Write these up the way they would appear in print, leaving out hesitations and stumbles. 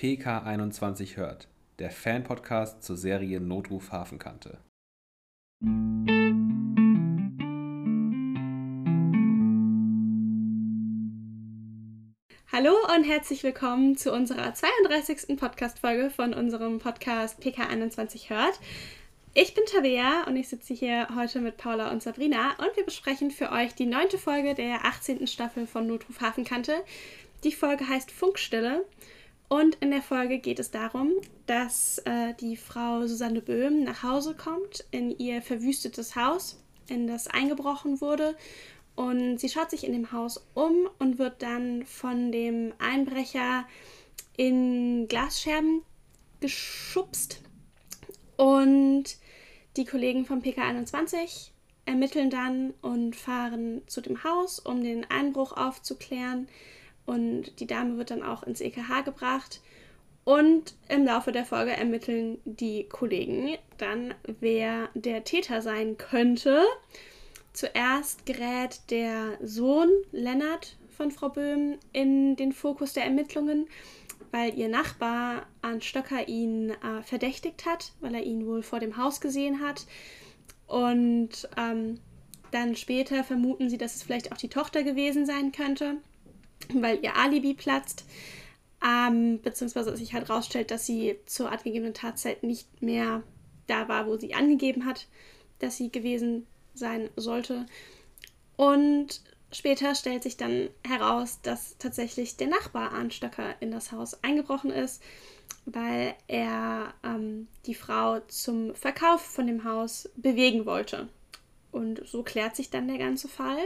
PK21 hört, der Fan-Podcast zur Serie Notruf Hafenkante. Hallo und herzlich willkommen zu unserer 32. Podcast-Folge von unserem Podcast PK21 hört. Ich bin Tabea und ich sitze hier heute mit Paula und Sabrina und wir besprechen für euch die 9. Folge der 18. Staffel von Notruf Hafenkante. Die Folge heißt Funkstille und in der Folge geht es darum, dass die Frau Susanne Böhm nach Hause kommt in ihr verwüstetes Haus, in das eingebrochen wurde. Und sie schaut sich in dem Haus um und wird dann von dem Einbrecher in Glasscherben geschubst. Und die Kollegen vom PK21 ermitteln dann und fahren zu dem Haus, um den Einbruch aufzuklären. Und die Dame wird dann auch ins EKH gebracht. Und im Laufe der Folge ermitteln die Kollegen dann, wer der Täter sein könnte. Zuerst gerät der Sohn Lennart von Frau Böhm in den Fokus der Ermittlungen, weil ihr Nachbar Arndt Stöcker ihn verdächtigt hat, weil er ihn wohl vor dem Haus gesehen hat. Und dann später vermuten sie, dass es vielleicht auch die Tochter gewesen sein könnte, weil ihr Alibi platzt. Beziehungsweise sich halt rausstellt, dass sie zur angegebenen Tatzeit nicht mehr da war, wo sie angegeben hat, dass sie gewesen sein sollte. Und später stellt sich dann heraus, dass tatsächlich der Nachbar Arndt Stöcker in das Haus eingebrochen ist, weil er die Frau zum Verkauf von dem Haus bewegen wollte. Und so klärt sich dann der ganze Fall.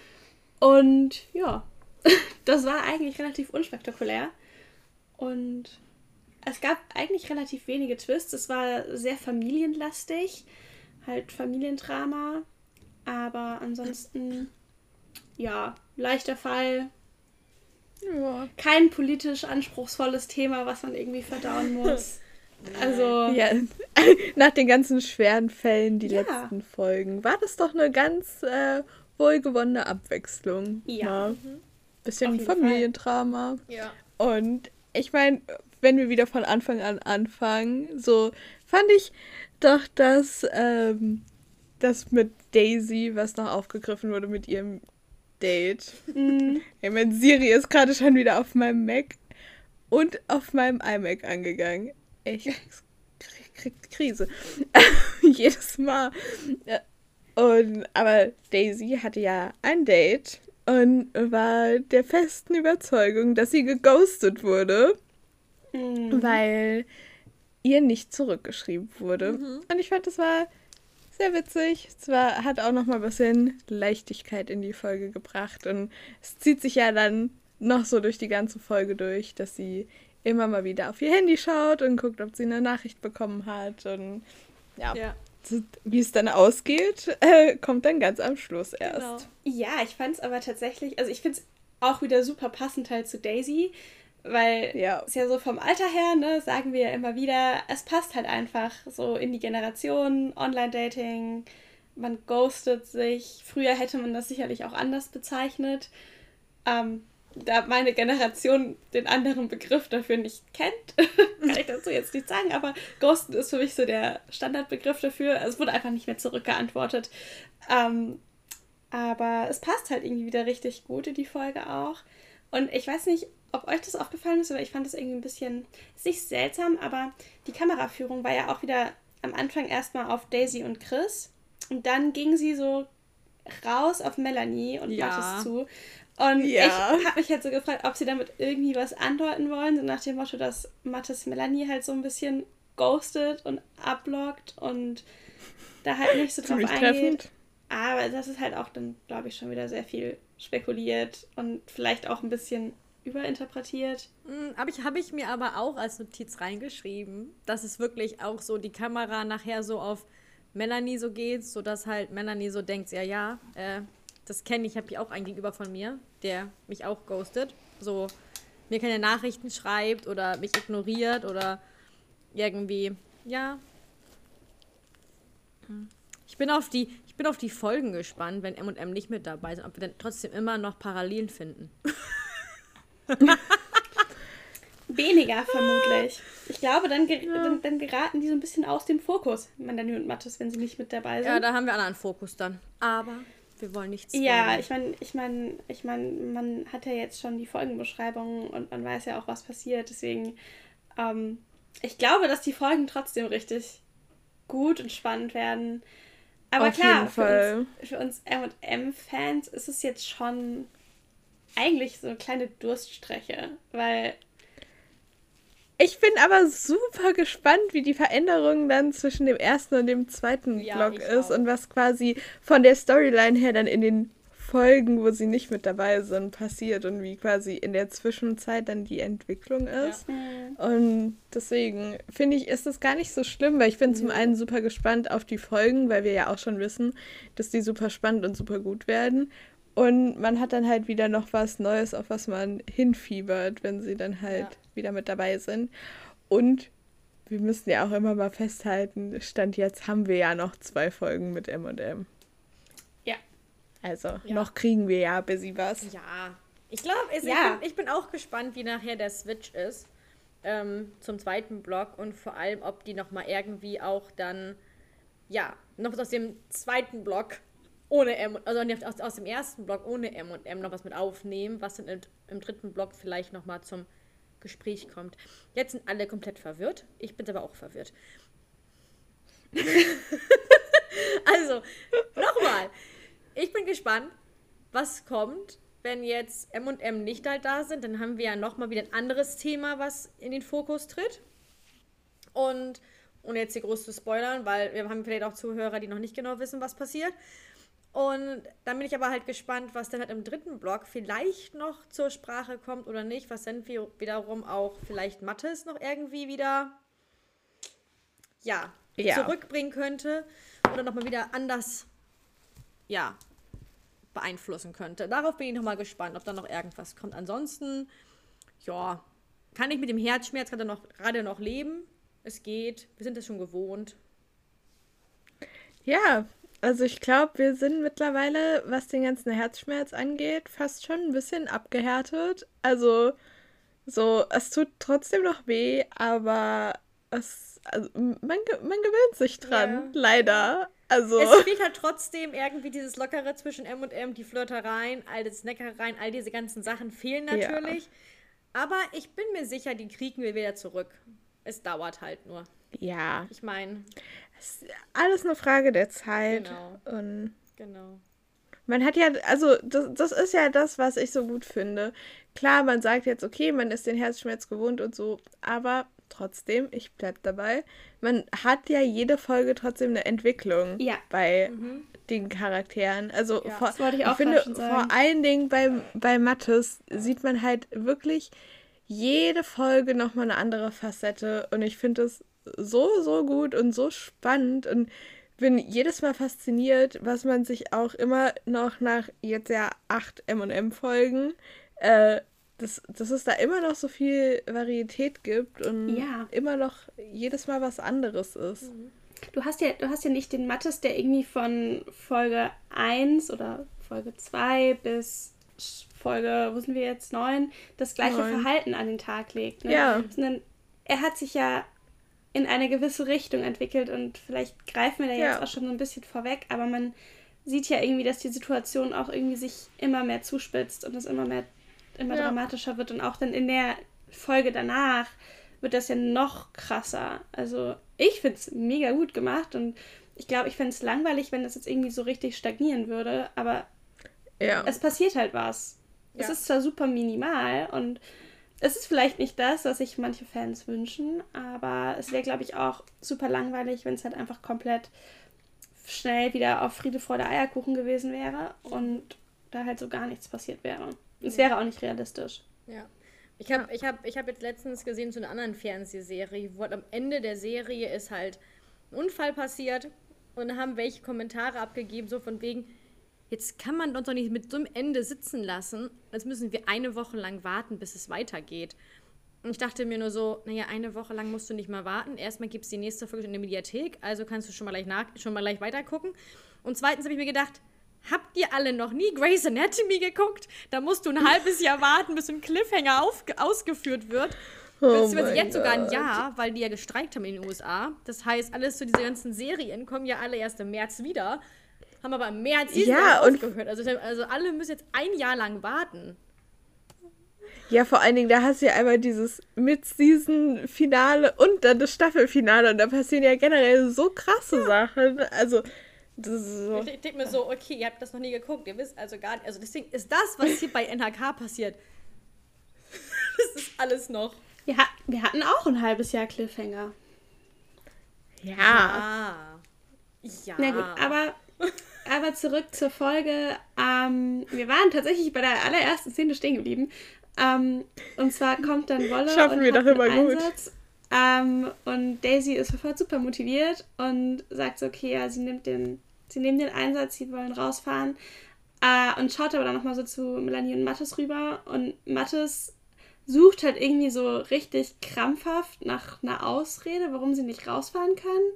Und ja, das war eigentlich relativ unspektakulär. Und es gab eigentlich relativ wenige Twists. Es war sehr familienlastig, halt Familiendrama. Aber ansonsten, ja, leichter Fall. Ja. Kein politisch anspruchsvolles Thema, was man irgendwie verdauen muss. Also. Ja, nach den ganzen schweren Fällen, die letzten Folgen, war das doch eine ganz wohlgewonnene Abwechslung. Ja. Bisschen Familiendrama. Ja. Und ich meine, wenn wir wieder von Anfang an anfangen, so fand ich doch, dass das mit Daisy, was noch aufgegriffen wurde mit ihrem Date. Ich meine, Siri ist gerade schon wieder auf meinem Mac und auf meinem iMac angegangen. Ich krieg Krise. Jedes Mal. Aber Daisy hatte ja ein Date und war der festen Überzeugung, dass sie geghostet wurde, weil ihr nicht zurückgeschrieben wurde. Und ich fand, das war sehr witzig. Es hat auch noch mal ein bisschen Leichtigkeit in die Folge gebracht. Und es zieht sich ja dann noch so durch die ganze Folge durch, dass sie immer mal wieder auf ihr Handy schaut und guckt, ob sie eine Nachricht bekommen hat. Und ja. Wie es dann ausgeht, kommt dann ganz am Schluss erst. Genau. Ja, ich fand es aber tatsächlich, also ich finde es auch wieder super passend halt zu Daisy, weil es ja so vom Alter her, ne, sagen wir ja immer wieder, es passt halt einfach so in die Generation, Online-Dating, man ghostet sich. Früher hätte man das sicherlich auch anders bezeichnet. Da meine Generation den anderen Begriff dafür nicht kennt, kann ich dazu jetzt nicht sagen, aber Ghosten ist für mich so der Standardbegriff dafür. Es wurde einfach nicht mehr zurückgeantwortet. Aber es passt halt irgendwie wieder richtig gut in die Folge auch. Und ich weiß nicht, ob euch das aufgefallen ist, aber ich fand das irgendwie ein bisschen, ist nicht seltsam, aber die Kameraführung war ja auch wieder am Anfang erstmal auf Daisy und Chris. Und dann ging sie so raus auf Melanie und Mathis zu. Und ich habe mich halt so gefragt, ob sie damit irgendwie was andeuten wollen, so nach dem Motto, dass Mathis Melanie halt so ein bisschen ghostet und ablockt und da halt nicht so drauf eingeht. Treffend. Aber das ist halt auch dann, glaube ich, schon wieder sehr viel spekuliert und vielleicht auch ein bisschen überinterpretiert. Habe ich mir aber auch als Notiz reingeschrieben, dass es wirklich auch so die Kamera nachher so auf Melanie so geht, sodass halt Melanie so denkt, das kenne ich, habe ich auch einen Gegenüber von mir, der mich auch ghostet, so mir keine Nachrichten schreibt oder mich ignoriert oder irgendwie, Ich bin auf die Folgen gespannt, wenn M&M nicht mit dabei sind, ob wir dann trotzdem immer noch Parallelen finden. Weniger vermutlich. Ich glaube, dann geraten die so ein bisschen aus dem Fokus, Melanie und Mathis, wenn sie nicht mit dabei sind. Ja, da haben wir einen anderen Fokus dann. Aber wir wollen nichts spoilern. Ja, ich meine, man hat ja jetzt schon die Folgenbeschreibungen und man weiß ja auch, was passiert. Deswegen, ich glaube, dass die Folgen trotzdem richtig gut und spannend werden. Aber auf klar, jeden Fall. Für uns M&M-Fans ist es jetzt schon eigentlich so eine kleine Durststrecke, weil Ich bin aber super gespannt, wie die Veränderung dann zwischen dem ersten und dem zweiten Ja, Block ich ist auch. und was quasi von der Storyline her dann in den Folgen, wo sie nicht mit dabei sind, passiert und wie quasi in der Zwischenzeit dann die Entwicklung ist. Und deswegen finde ich, ist das gar nicht so schlimm, weil ich bin zum einen super gespannt auf die Folgen, weil wir ja auch schon wissen, dass die super spannend und super gut werden. Und man hat dann halt wieder noch was Neues, auf was man hinfiebert, wenn sie dann halt wieder mit dabei sind. Und wir müssen ja auch immer mal festhalten, Stand jetzt haben wir ja noch 2 Folgen mit M&M. Ja. Also Ja. noch kriegen wir ja busy was. Ja, ich glaube, Ja. ich bin auch gespannt, wie nachher der Switch ist zum zweiten Block und vor allem, ob die nochmal irgendwie auch dann, ja, noch was aus dem zweiten Block ohne M, also nicht aus dem ersten Block ohne M&M noch was mit aufnehmen, was dann im dritten Block vielleicht nochmal zum Gespräch kommt. Jetzt sind alle komplett verwirrt. Ich bin aber auch verwirrt. Also, nochmal. Ich bin gespannt, was kommt, wenn jetzt M&M nicht halt da sind. Dann haben wir ja nochmal wieder ein anderes Thema, was in den Fokus tritt. Und ohne jetzt hier groß zu spoilern, weil wir haben vielleicht auch Zuhörer, die noch nicht genau wissen, was passiert. Und dann bin ich aber halt gespannt, was dann halt im dritten Block vielleicht noch zur Sprache kommt oder nicht. Was dann wiederum auch vielleicht Mathis noch irgendwie wieder zurückbringen könnte oder nochmal wieder anders beeinflussen könnte. Darauf bin ich nochmal gespannt, ob da noch irgendwas kommt. Ansonsten, ja, kann ich mit dem Herzschmerz gerade noch leben. Es geht. Wir sind das schon gewohnt. Ja, also ich glaube, wir sind mittlerweile, was den ganzen Herzschmerz angeht, fast schon ein bisschen abgehärtet. Also es tut trotzdem noch weh, aber man gewöhnt sich dran, leider. Also Es fehlt halt trotzdem irgendwie dieses Lockere zwischen M&M, die Flirtereien, all das Neckereien, all diese ganzen Sachen fehlen natürlich. Ja. Aber ich bin mir sicher, die kriegen wir wieder zurück. Es dauert halt nur. Ja. Ich meine, es ist alles eine Frage der Zeit. Genau. Und genau. man hat ja, also das ist ja das, was ich so gut finde. Klar, man sagt jetzt, okay, man ist den Herzschmerz gewohnt und so, aber trotzdem, ich bleib dabei, man hat ja jede Folge trotzdem eine Entwicklung bei den Charakteren. Also das wollte ich auch ich finde, schon sagen. vor allen Dingen bei Mathis sieht man halt wirklich jede Folge nochmal eine andere Facette und ich finde es so gut und so spannend und bin jedes Mal fasziniert, was man sich auch immer noch nach jetzt ja 8 M&M-Folgen dass es da immer noch so viel Varietät gibt und immer noch jedes Mal was anderes ist. Du hast ja nicht den Mathis, der irgendwie von Folge 1 oder Folge 2 bis Folge, wo sind wir jetzt, 9, das gleiche Verhalten an den Tag legt. Ne? Ja. Sondern er hat sich ja in eine gewisse Richtung entwickelt und vielleicht greifen wir da jetzt auch schon so ein bisschen vorweg, aber man sieht ja irgendwie, dass die Situation auch irgendwie sich immer mehr zuspitzt und es immer dramatischer wird und auch dann in der Folge danach wird das ja noch krasser. Also ich finde es mega gut gemacht und ich glaube, ich fände es langweilig, wenn das jetzt irgendwie so richtig stagnieren würde, aber es passiert halt was. Ja. Es ist zwar super minimal und es ist vielleicht nicht das, was sich manche Fans wünschen, aber es wäre, glaube ich, auch super langweilig, wenn es halt einfach komplett schnell wieder auf Friede, Freude, Eierkuchen gewesen wäre und da halt so gar nichts passiert wäre. Es wäre auch nicht realistisch. Ja. Ich hab jetzt letztens gesehen zu einer anderen Fernsehserie, wo am Ende der Serie ist halt ein Unfall passiert und dann haben welche Kommentare abgegeben, so von wegen, jetzt kann man uns doch nicht mit so einem Ende sitzen lassen, jetzt müssen wir eine Woche lang warten, bis es weitergeht. Und ich dachte mir nur so, naja, eine Woche lang musst du nicht mal warten. Erstmal gibt es die nächste Folge in der Mediathek, also kannst du schon mal gleich weitergucken. Und zweitens habe ich mir gedacht, habt ihr alle noch nie Grey's Anatomy geguckt? Da musst du ein halbes Jahr warten, bis ein Cliffhanger ausgeführt wird. Beziehungsweise mein jetzt sogar ein Gott. Jahr, weil die ja gestreikt haben in den USA. Das heißt, alles so diese ganzen Serien kommen ja alle erst im März wieder. Haben aber im März diesen Ja, Jahr und- aufgehört. Also alle müssen jetzt ein Jahr lang warten. Ja, vor allen Dingen, da hast du ja einmal dieses Mid-Season-Finale und dann das Staffelfinale. Und da passieren ja generell so krasse Sachen. Also, das ist so. Ich denke mir so, okay, ihr habt das noch nie geguckt. Ihr wisst also gar nicht. Also deswegen ist das, was hier bei NHK passiert. Das ist alles noch. Wir hatten auch ein halbes Jahr Cliffhanger. Ja. Ja. Na gut, aber zurück zur Folge. Wir waren tatsächlich bei der allerersten Szene stehen geblieben. Und zwar kommt dann Wolle Schaffen und wir hat doch immer einen gut. Einsatz. Und Daisy ist sofort super motiviert und sagt so, okay, ja, sie nehmen den Einsatz, sie wollen rausfahren. Und schaut aber dann nochmal so zu Melanie und Mathis rüber. Und Mathis sucht halt irgendwie so richtig krampfhaft nach einer Ausrede, warum sie nicht rausfahren können.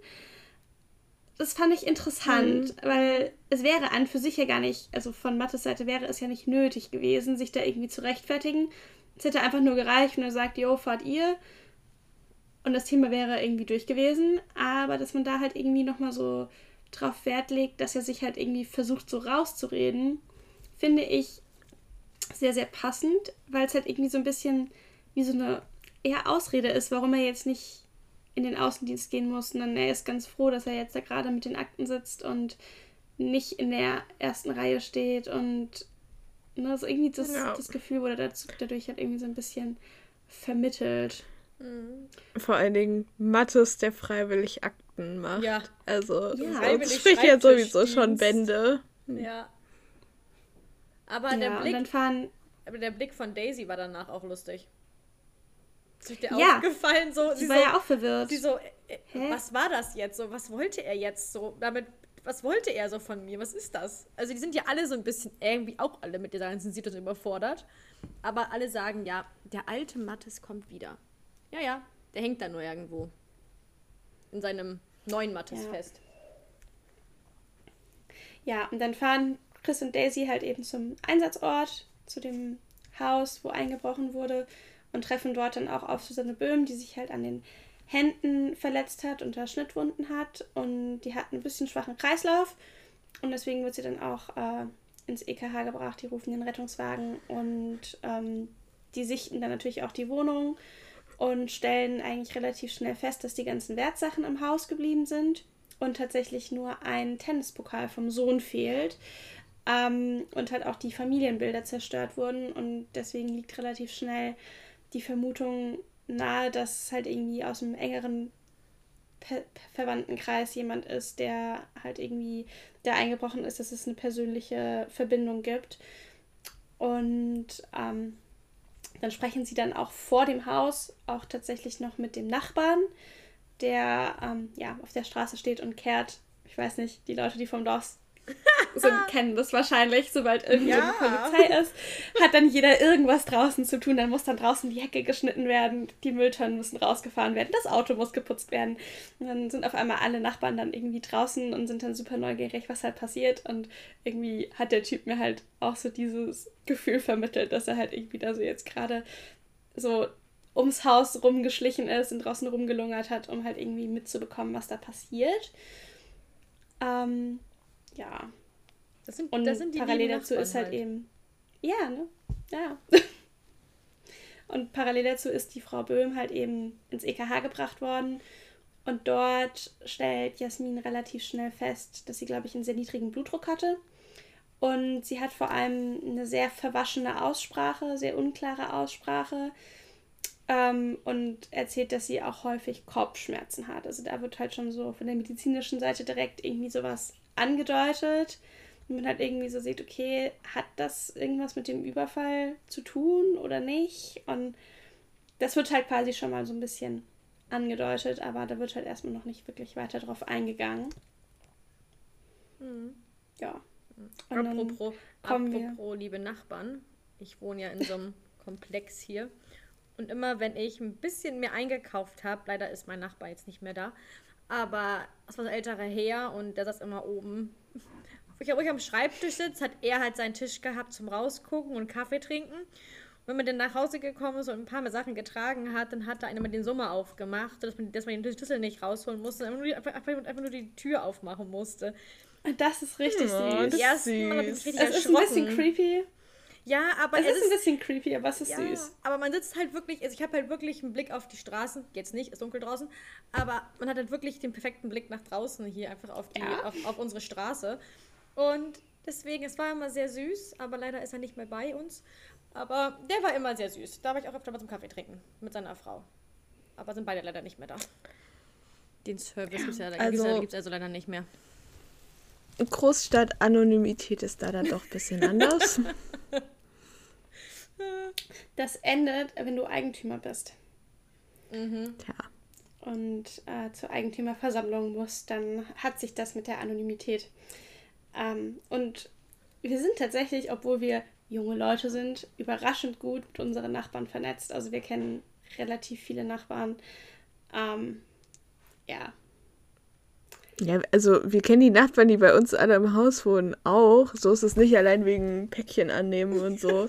Das fand ich interessant, weil es wäre an für sich ja gar nicht, also von Mathis Seite wäre es ja nicht nötig gewesen, sich da irgendwie zu rechtfertigen. Es hätte einfach nur gereicht, wenn er sagt, jo, fahrt ihr. Und das Thema wäre irgendwie durch gewesen. Aber dass man da halt irgendwie nochmal so drauf Wert legt, dass er sich halt irgendwie versucht, so rauszureden, finde ich sehr, sehr passend, weil es halt irgendwie so ein bisschen wie so eine eher Ausrede ist, warum er jetzt nicht in den Außendienst gehen muss. Und er ist ganz froh, dass er jetzt da gerade mit den Akten sitzt und nicht in der ersten Reihe steht. Und ne, so irgendwie das Gefühl wurde dadurch halt irgendwie so ein bisschen vermittelt. Vor allen Dingen Mathis, der freiwillig Akten macht. Ja. Also, Ja. das Freiwillig spricht ja sowieso schon Schreibtischdienst. Bände. Ja. Aber Ja, und dann fahren... der Blick von Daisy war danach auch lustig. Ist dir Ja. aufgefallen? So, Sie war ja auch verwirrt. Sie so, Hä? was war das jetzt? So, was wollte er jetzt so? Was wollte er so von mir? Was ist das? Also die sind ja alle so ein bisschen irgendwie auch alle mit dieser ganzen Situation überfordert. Aber alle sagen, ja, der alte Mathis kommt wieder. Ja, der hängt da nur irgendwo. In seinem neuen Mathis Ja. fest. Ja, und dann fahren Chris und Daisy halt eben zum Einsatzort, zu dem Haus, wo eingebrochen wurde und treffen dort dann auch auf Susanne Böhm, die sich halt an den Händen verletzt hat und da Schnittwunden hat und die hat ein bisschen schwachen Kreislauf und deswegen wird sie dann auch ins EKH gebracht. Die rufen den Rettungswagen und die sichten dann natürlich auch die Wohnung und stellen eigentlich relativ schnell fest, dass die ganzen Wertsachen im Haus geblieben sind und tatsächlich nur ein Tennispokal vom Sohn fehlt und halt auch die Familienbilder zerstört wurden und deswegen liegt relativ schnell die Vermutung nahe, dass es halt irgendwie aus einem engeren Verwandtenkreis jemand ist, der halt irgendwie da eingebrochen ist, dass es eine persönliche Verbindung gibt. Und dann sprechen sie dann auch vor dem Haus auch tatsächlich noch mit dem Nachbarn, der auf der Straße steht und kehrt. Ich weiß nicht, die Leute, die vom Dorf sind, kennen das wahrscheinlich, sobald irgendwie die Polizei ist, hat dann jeder irgendwas draußen zu tun, dann muss dann draußen die Hecke geschnitten werden, die Mülltonnen müssen rausgefahren werden, das Auto muss geputzt werden und dann sind auf einmal alle Nachbarn dann irgendwie draußen und sind dann super neugierig, was halt passiert und irgendwie hat der Typ mir halt auch so dieses Gefühl vermittelt, dass er halt irgendwie da so jetzt gerade so ums Haus rumgeschlichen ist und draußen rumgelungert hat, um halt irgendwie mitzubekommen, was da passiert. Ja. Das sind die parallel lieben dazu ist halt Nachbarn eben. Ja, ne? Ja. Und parallel dazu ist die Frau Böhm halt eben ins EKH gebracht worden. Und dort stellt Jasmin relativ schnell fest, dass sie, glaube ich, einen sehr niedrigen Blutdruck hatte. Und sie hat vor allem eine sehr verwaschene Aussprache, sehr unklare Aussprache. Und erzählt, dass sie auch häufig Kopfschmerzen hat. Also da wird halt schon so von der medizinischen Seite direkt irgendwie sowas angedeutet. Und man halt irgendwie so sieht, okay, hat das irgendwas mit dem Überfall zu tun oder nicht? Und das wird halt quasi schon mal so ein bisschen angedeutet, aber da wird halt erstmal noch nicht wirklich weiter drauf eingegangen. Ja. Und dann Apropos liebe Nachbarn, ich wohne ja in so einem Komplex hier und immer wenn ich ein bisschen mehr eingekauft habe, leider ist mein Nachbar jetzt nicht mehr da, aber es war so ein älterer Herr und der saß immer oben. Wo ich am Schreibtisch sitze, hat er halt seinen Tisch gehabt zum Rausgucken und Kaffee trinken. Und wenn man dann nach Hause gekommen ist und ein paar mehr Sachen getragen hat, dann hat da einer mal den Sommer aufgemacht, dass man den Schlüssel nicht rausholen musste, einfach nur die Tür aufmachen musste. Das ist richtig süß. Das Ja, ist süß. man hat mich richtig Es ist ein bisschen creepy. Ja, aber Es ist ein bisschen creepy, aber es ist süß. aber man sitzt halt wirklich, also ich habe halt wirklich einen Blick auf die Straßen, jetzt nicht, ist dunkel draußen, aber man hat halt wirklich den perfekten Blick nach draußen hier einfach auf unsere Straße. Und deswegen, es war immer sehr süß, aber leider ist er nicht mehr bei uns. Aber der war immer sehr süß. Da war ich auch öfter mal zum Kaffee trinken mit seiner Frau. Aber sind beide leider nicht mehr da. Den Service gibt's also leider nicht mehr. Großstadt-Anonymität ist da dann doch ein bisschen anders. Das endet, wenn du Eigentümer bist. Tja. Und zur Eigentümerversammlung musst, dann hat sich das mit der Anonymität. Und wir sind tatsächlich, obwohl wir junge Leute sind, überraschend gut mit unseren Nachbarn vernetzt. Also wir kennen relativ viele Nachbarn. Ja. Ja, also wir kennen die Nachbarn, die bei uns alle im Haus wohnen, auch. So ist es nicht allein wegen Päckchen annehmen und so.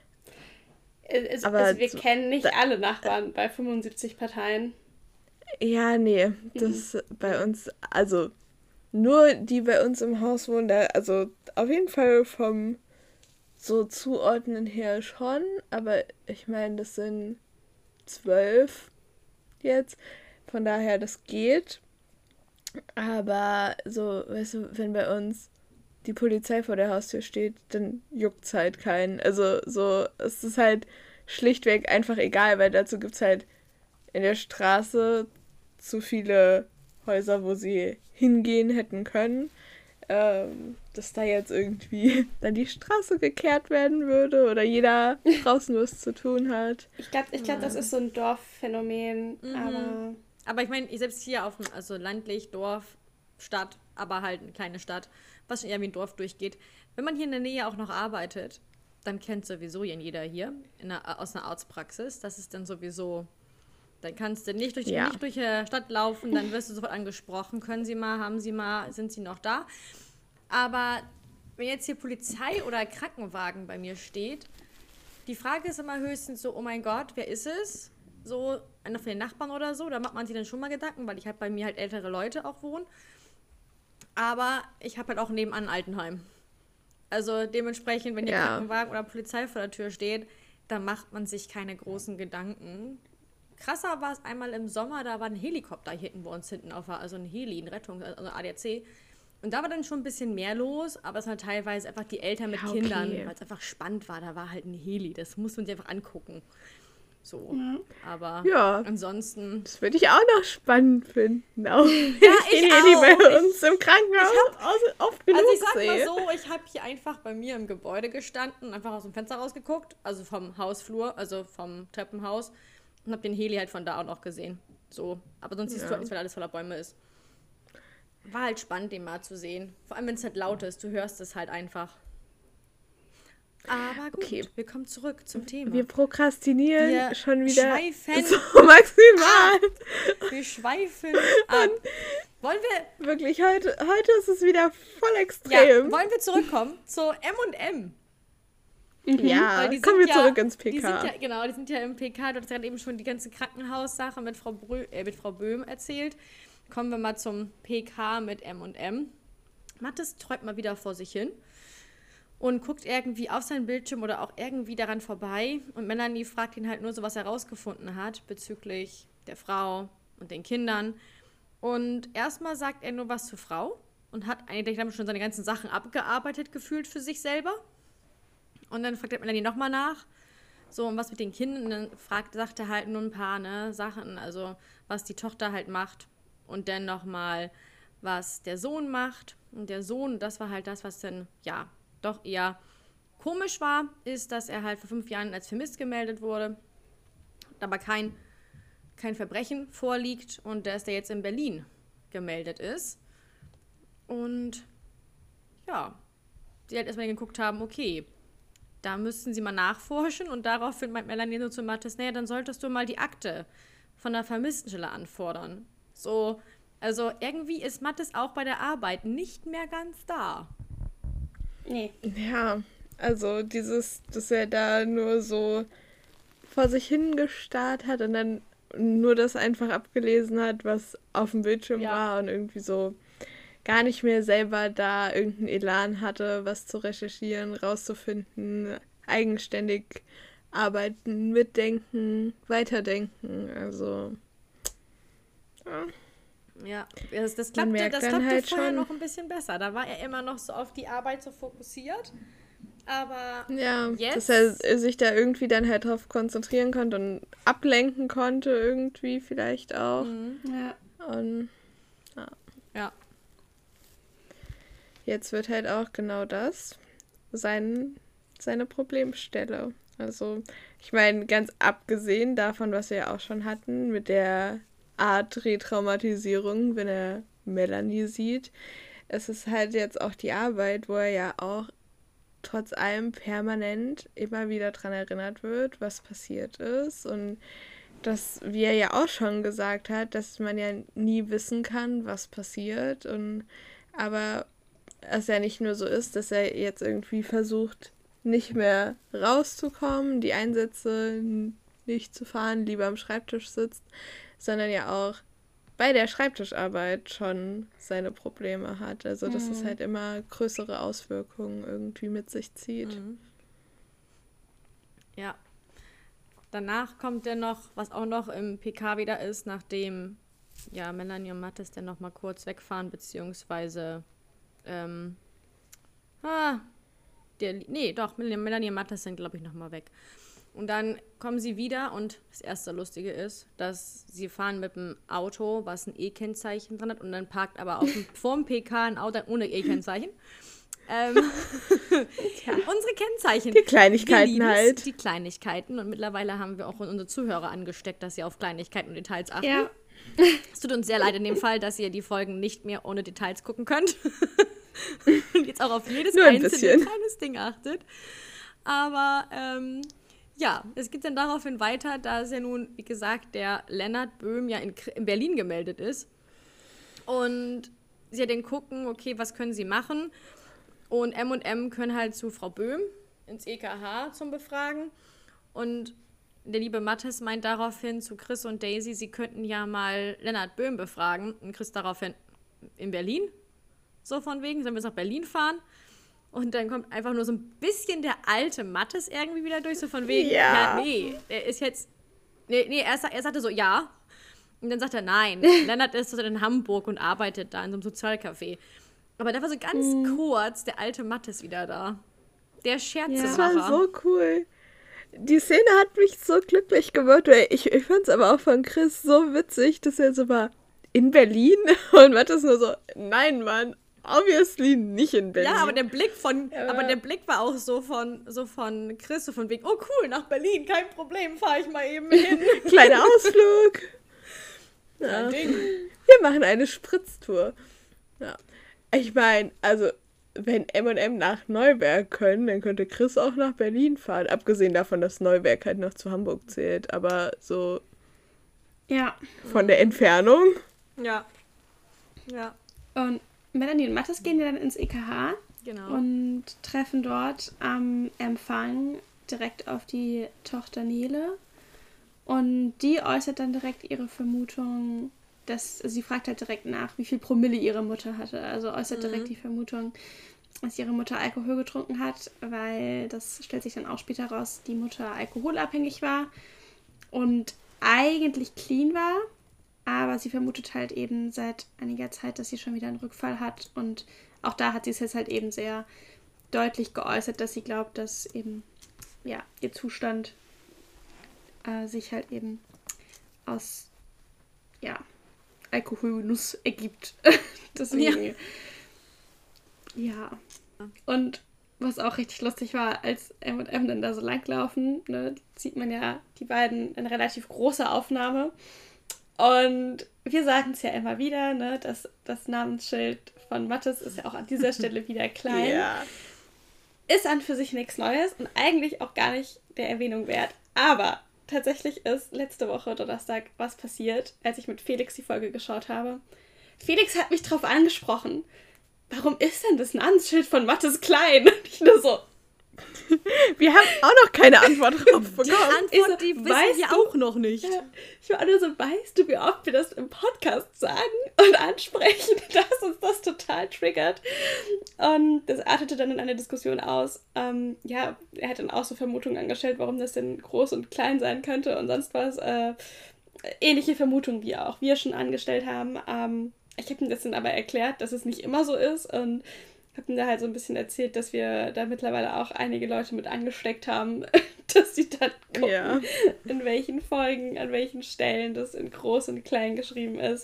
Also wir kennen nicht alle Nachbarn bei 75 Parteien. Ja, nee, das bei uns, also nur die bei uns im Haus wohnen, da, also auf jeden Fall vom so Zuordnen her schon, aber ich meine, das sind 12 jetzt, von daher, das geht. Aber so, weißt du, wenn bei uns die Polizei vor der Haustür steht, dann juckt's halt keinen. Also so, es ist halt schlichtweg einfach egal, weil dazu gibt's halt in der Straße zu viele Häuser, wo sie hingehen hätten können, dass da jetzt irgendwie dann die Straße gekehrt werden würde oder jeder draußen was zu tun hat. Ich glaube, das ist so ein Dorfphänomen, Aber ich meine, ich selbst hier also landlich, Dorf, Stadt, aber halt eine kleine Stadt, was schon eher wie ein Dorf durchgeht. Wenn man hier in der Nähe auch noch arbeitet, dann kennt sowieso jeder hier aus einer Arztpraxis. Das ist dann sowieso, dann kannst du nicht durch die Stadt laufen, dann wirst du sofort angesprochen. Können Sie mal, haben Sie mal, sind Sie noch da? Aber wenn jetzt hier Polizei oder Krankenwagen bei mir steht, die Frage ist immer höchstens so, oh mein Gott, wer ist es? So, einer von den Nachbarn oder so, da macht man sich dann schon mal Gedanken, weil ich halt bei mir halt ältere Leute auch wohnen. Aber ich habe halt auch nebenan ein Altenheim. Also dementsprechend, wenn hier Krankenwagen oder Polizei vor der Tür steht, dann macht man sich keine großen Gedanken. Krasser war es einmal im Sommer, da war ein Helikopter hier hinten bei uns hinten also ein Heli, eine Rettung, also ADAC. Und da war dann schon ein bisschen mehr los, aber es waren teilweise einfach die Eltern mit Kindern, weil es einfach spannend war. Da war halt ein Heli, das muss man sich einfach angucken. So, aber ansonsten... Das würde ich auch noch spannend finden. Auch ich die bei uns im Krankenhaus oft genug Also ich sag sehe. mal so, ich habe hier einfach bei mir im Gebäude gestanden, einfach aus dem Fenster rausgeguckt, also vom Hausflur, also vom Treppenhaus und habe den Heli halt von da auch noch gesehen. So, aber sonst siehst du halt nichts, weil alles voller Bäume ist. War halt spannend, den mal zu sehen. Vor allem, wenn es halt laut ist, du hörst es halt einfach. Aber gut, wir kommen zurück zum Thema. Wir prokrastinieren schon wieder schweifen so maximal. Wir schweifen ab. Wollen wir... Wirklich, heute ist es wieder voll extrem. Ja, wollen wir zurückkommen zu M&M? Ja, kommen wir zurück ins PK. Die sind ja im PK. Du hast gerade eben schon die ganze Krankenhaussache mit Frau Böhm erzählt. Kommen wir mal zum PK mit M&M. Mathis träumt mal wieder vor sich hin und guckt irgendwie auf seinen Bildschirm oder auch irgendwie daran vorbei. Und Melanie fragt ihn halt nur so, was er rausgefunden hat bezüglich der Frau und den Kindern. Und erstmal sagt er nur was zur Frau und hat eigentlich damit schon seine ganzen Sachen abgearbeitet gefühlt für sich selber. Und dann fragt Melanie nochmal nach, so, und was mit den Kindern. Und dann sagt er halt nur ein paar Sachen, also was die Tochter halt macht. Und dann nochmal, was der Sohn macht. Und der Sohn, das war halt das, was dann, ja, doch eher komisch war, ist, dass er halt vor 5 Jahren als vermisst gemeldet wurde, aber kein Verbrechen vorliegt und dass der jetzt in Berlin gemeldet ist. Und ja, die halt erstmal geguckt haben, okay, da müssten sie mal nachforschen und daraufhin meint Melanie so zu Mathis, naja, dann solltest du mal die Akte von der Vermisstenstelle anfordern. So, also irgendwie ist Mathis auch bei der Arbeit nicht mehr ganz da. Nee. Ja, also dass er da nur so vor sich hingestarrt hat und dann nur das einfach abgelesen hat, was auf dem Bildschirm war und irgendwie so gar nicht mehr selber da irgendeinen Elan hatte, was zu recherchieren, rauszufinden, eigenständig arbeiten, mitdenken, weiterdenken. Also ja, das Man klappte, merkt das dann klappte halt vorher schon- noch ein bisschen besser. Da war er immer noch so auf die Arbeit so fokussiert. Aber ja, Jetzt- dass er sich da irgendwie dann halt drauf konzentrieren konnte und ablenken konnte irgendwie vielleicht auch. Ja. Und ja, jetzt wird halt auch genau das seine Problemstelle. Also, ich meine, ganz abgesehen davon, was wir ja auch schon hatten, mit der Art Retraumatisierung, wenn er Melanie sieht, es ist halt jetzt auch die Arbeit, wo er ja auch trotz allem permanent immer wieder dran erinnert wird, was passiert ist. Und dass, wie er ja auch schon gesagt hat, dass man ja nie wissen kann, was passiert. Aber es ja nicht nur so ist, dass er jetzt irgendwie versucht, nicht mehr rauszukommen, die Einsätze nicht zu fahren, lieber am Schreibtisch sitzt, sondern ja auch bei der Schreibtischarbeit schon seine Probleme hat. Also dass es halt immer größere Auswirkungen irgendwie mit sich zieht. ja. Danach kommt dann noch, was auch noch im PK wieder ist, nachdem ja Melanie und Mathis dann noch mal kurz wegfahren, beziehungsweise Melanie und Mathis sind, glaube ich, noch mal weg. Und dann kommen sie wieder und das erste Lustige ist, dass sie fahren mit dem Auto, was ein E-Kennzeichen dran hat, und dann parkt aber vorm PK ein Auto ohne E-Kennzeichen. Unsere Kennzeichen. Die Kleinigkeiten Wir lieben's, halt. Die Kleinigkeiten. Und mittlerweile haben wir auch unsere Zuhörer angesteckt, dass sie auf Kleinigkeiten und Details achten. Ja. Es tut uns sehr leid in dem Fall, dass ihr die Folgen nicht mehr ohne Details gucken könnt. Und jetzt auch auf jedes Nur ein einzelne bisschen. kleines Ding achtet. Aber ja, es geht dann daraufhin weiter, da es ja nun, wie gesagt, der Lennart Böhm ja in Berlin gemeldet ist. Und sie ja dann gucken, okay, was können sie machen? Und M&M können halt zu Frau Böhm ins EKH zum Befragen. Und der liebe Mathis meint daraufhin zu Chris und Daisy, sie könnten ja mal Lennart Böhm befragen. Und Chris daraufhin in Berlin. So von wegen, sollen wir jetzt nach Berlin fahren? Und dann kommt einfach nur so ein bisschen der alte Mathis irgendwie wieder durch, so von wegen, nee, er ist jetzt, er sagte so, ja. Und dann sagt er, nein, Lennart ist in Hamburg und arbeitet da in so einem Sozialcafé. Aber da war so ganz kurz der alte Mathis wieder da. Der Scherzemacher. Das war so cool. Die Szene hat mich so glücklich gemacht. Weil ich fand es aber auch von Chris so witzig, dass er so war, in Berlin? Und Mathis nur so, nein, Mann, obviously nicht in Berlin. Ja, aber der Blick war auch so von Chris, so von wegen, oh cool, nach Berlin, kein Problem, fahre ich mal eben hin. Kleiner Ausflug. Ja. Ding. Wir machen eine Spritztour. Ja. Ich meine, also, wenn M&M nach Neuwerk können, dann könnte Chris auch nach Berlin fahren. Abgesehen davon, dass Neuwerk halt noch zu Hamburg zählt. Aber so Ja. von der Entfernung. Ja. Ja, Und Melanie und Mathis gehen dann ins EKH genau. und treffen dort am Empfang direkt auf die Tochter Nele. Und die äußert dann direkt ihre Vermutung, dass sie fragt halt direkt nach, wie viel Promille ihre Mutter hatte. Also äußert direkt die Vermutung, dass ihre Mutter Alkohol getrunken hat, weil das stellt sich dann auch später raus, die Mutter alkoholabhängig war und eigentlich clean war, aber sie vermutet halt eben seit einiger Zeit, dass sie schon wieder einen Rückfall hat, und auch da hat sie es jetzt halt eben sehr deutlich geäußert, dass sie glaubt, dass eben ja ihr Zustand sich halt eben aus Alkoholgenuss ergibt. Deswegen ja. Und was auch richtig lustig war, als M&M dann da so langlaufen, ne, sieht man ja die beiden in relativ großer Aufnahme. Und wir sagen es ja immer wieder, ne, dass das Namensschild von Mathis ist ja auch an dieser Stelle wieder klein. Ja. Ist an für sich nichts Neues und eigentlich auch gar nicht der Erwähnung wert. Aber tatsächlich ist letzte Woche Donnerstag was passiert, als ich mit Felix die Folge geschaut habe. Felix hat mich drauf angesprochen. Warum ist denn das Namensschild von Mathis klein? Und ich nur so, Wir haben auch noch keine Antwort drauf bekommen. Die Antwort, die wissen wir auch noch nicht. Ja, ich war nur so, weißt du, wie oft wir das im Podcast sagen und ansprechen, dass uns das total triggert. Und das artete dann in einer Diskussion aus. Ja, er hat dann auch so Vermutungen angestellt, warum das denn groß und klein sein könnte und sonst was. Ähnliche Vermutungen, wie auch wir schon angestellt haben. Ich habe ihm das dann aber erklärt, dass es nicht immer so ist und habe ihm da halt so ein bisschen erzählt, dass wir da mittlerweile auch einige Leute mit angesteckt haben, dass sie dann gucken, in welchen Folgen, an welchen Stellen das in groß und klein geschrieben ist.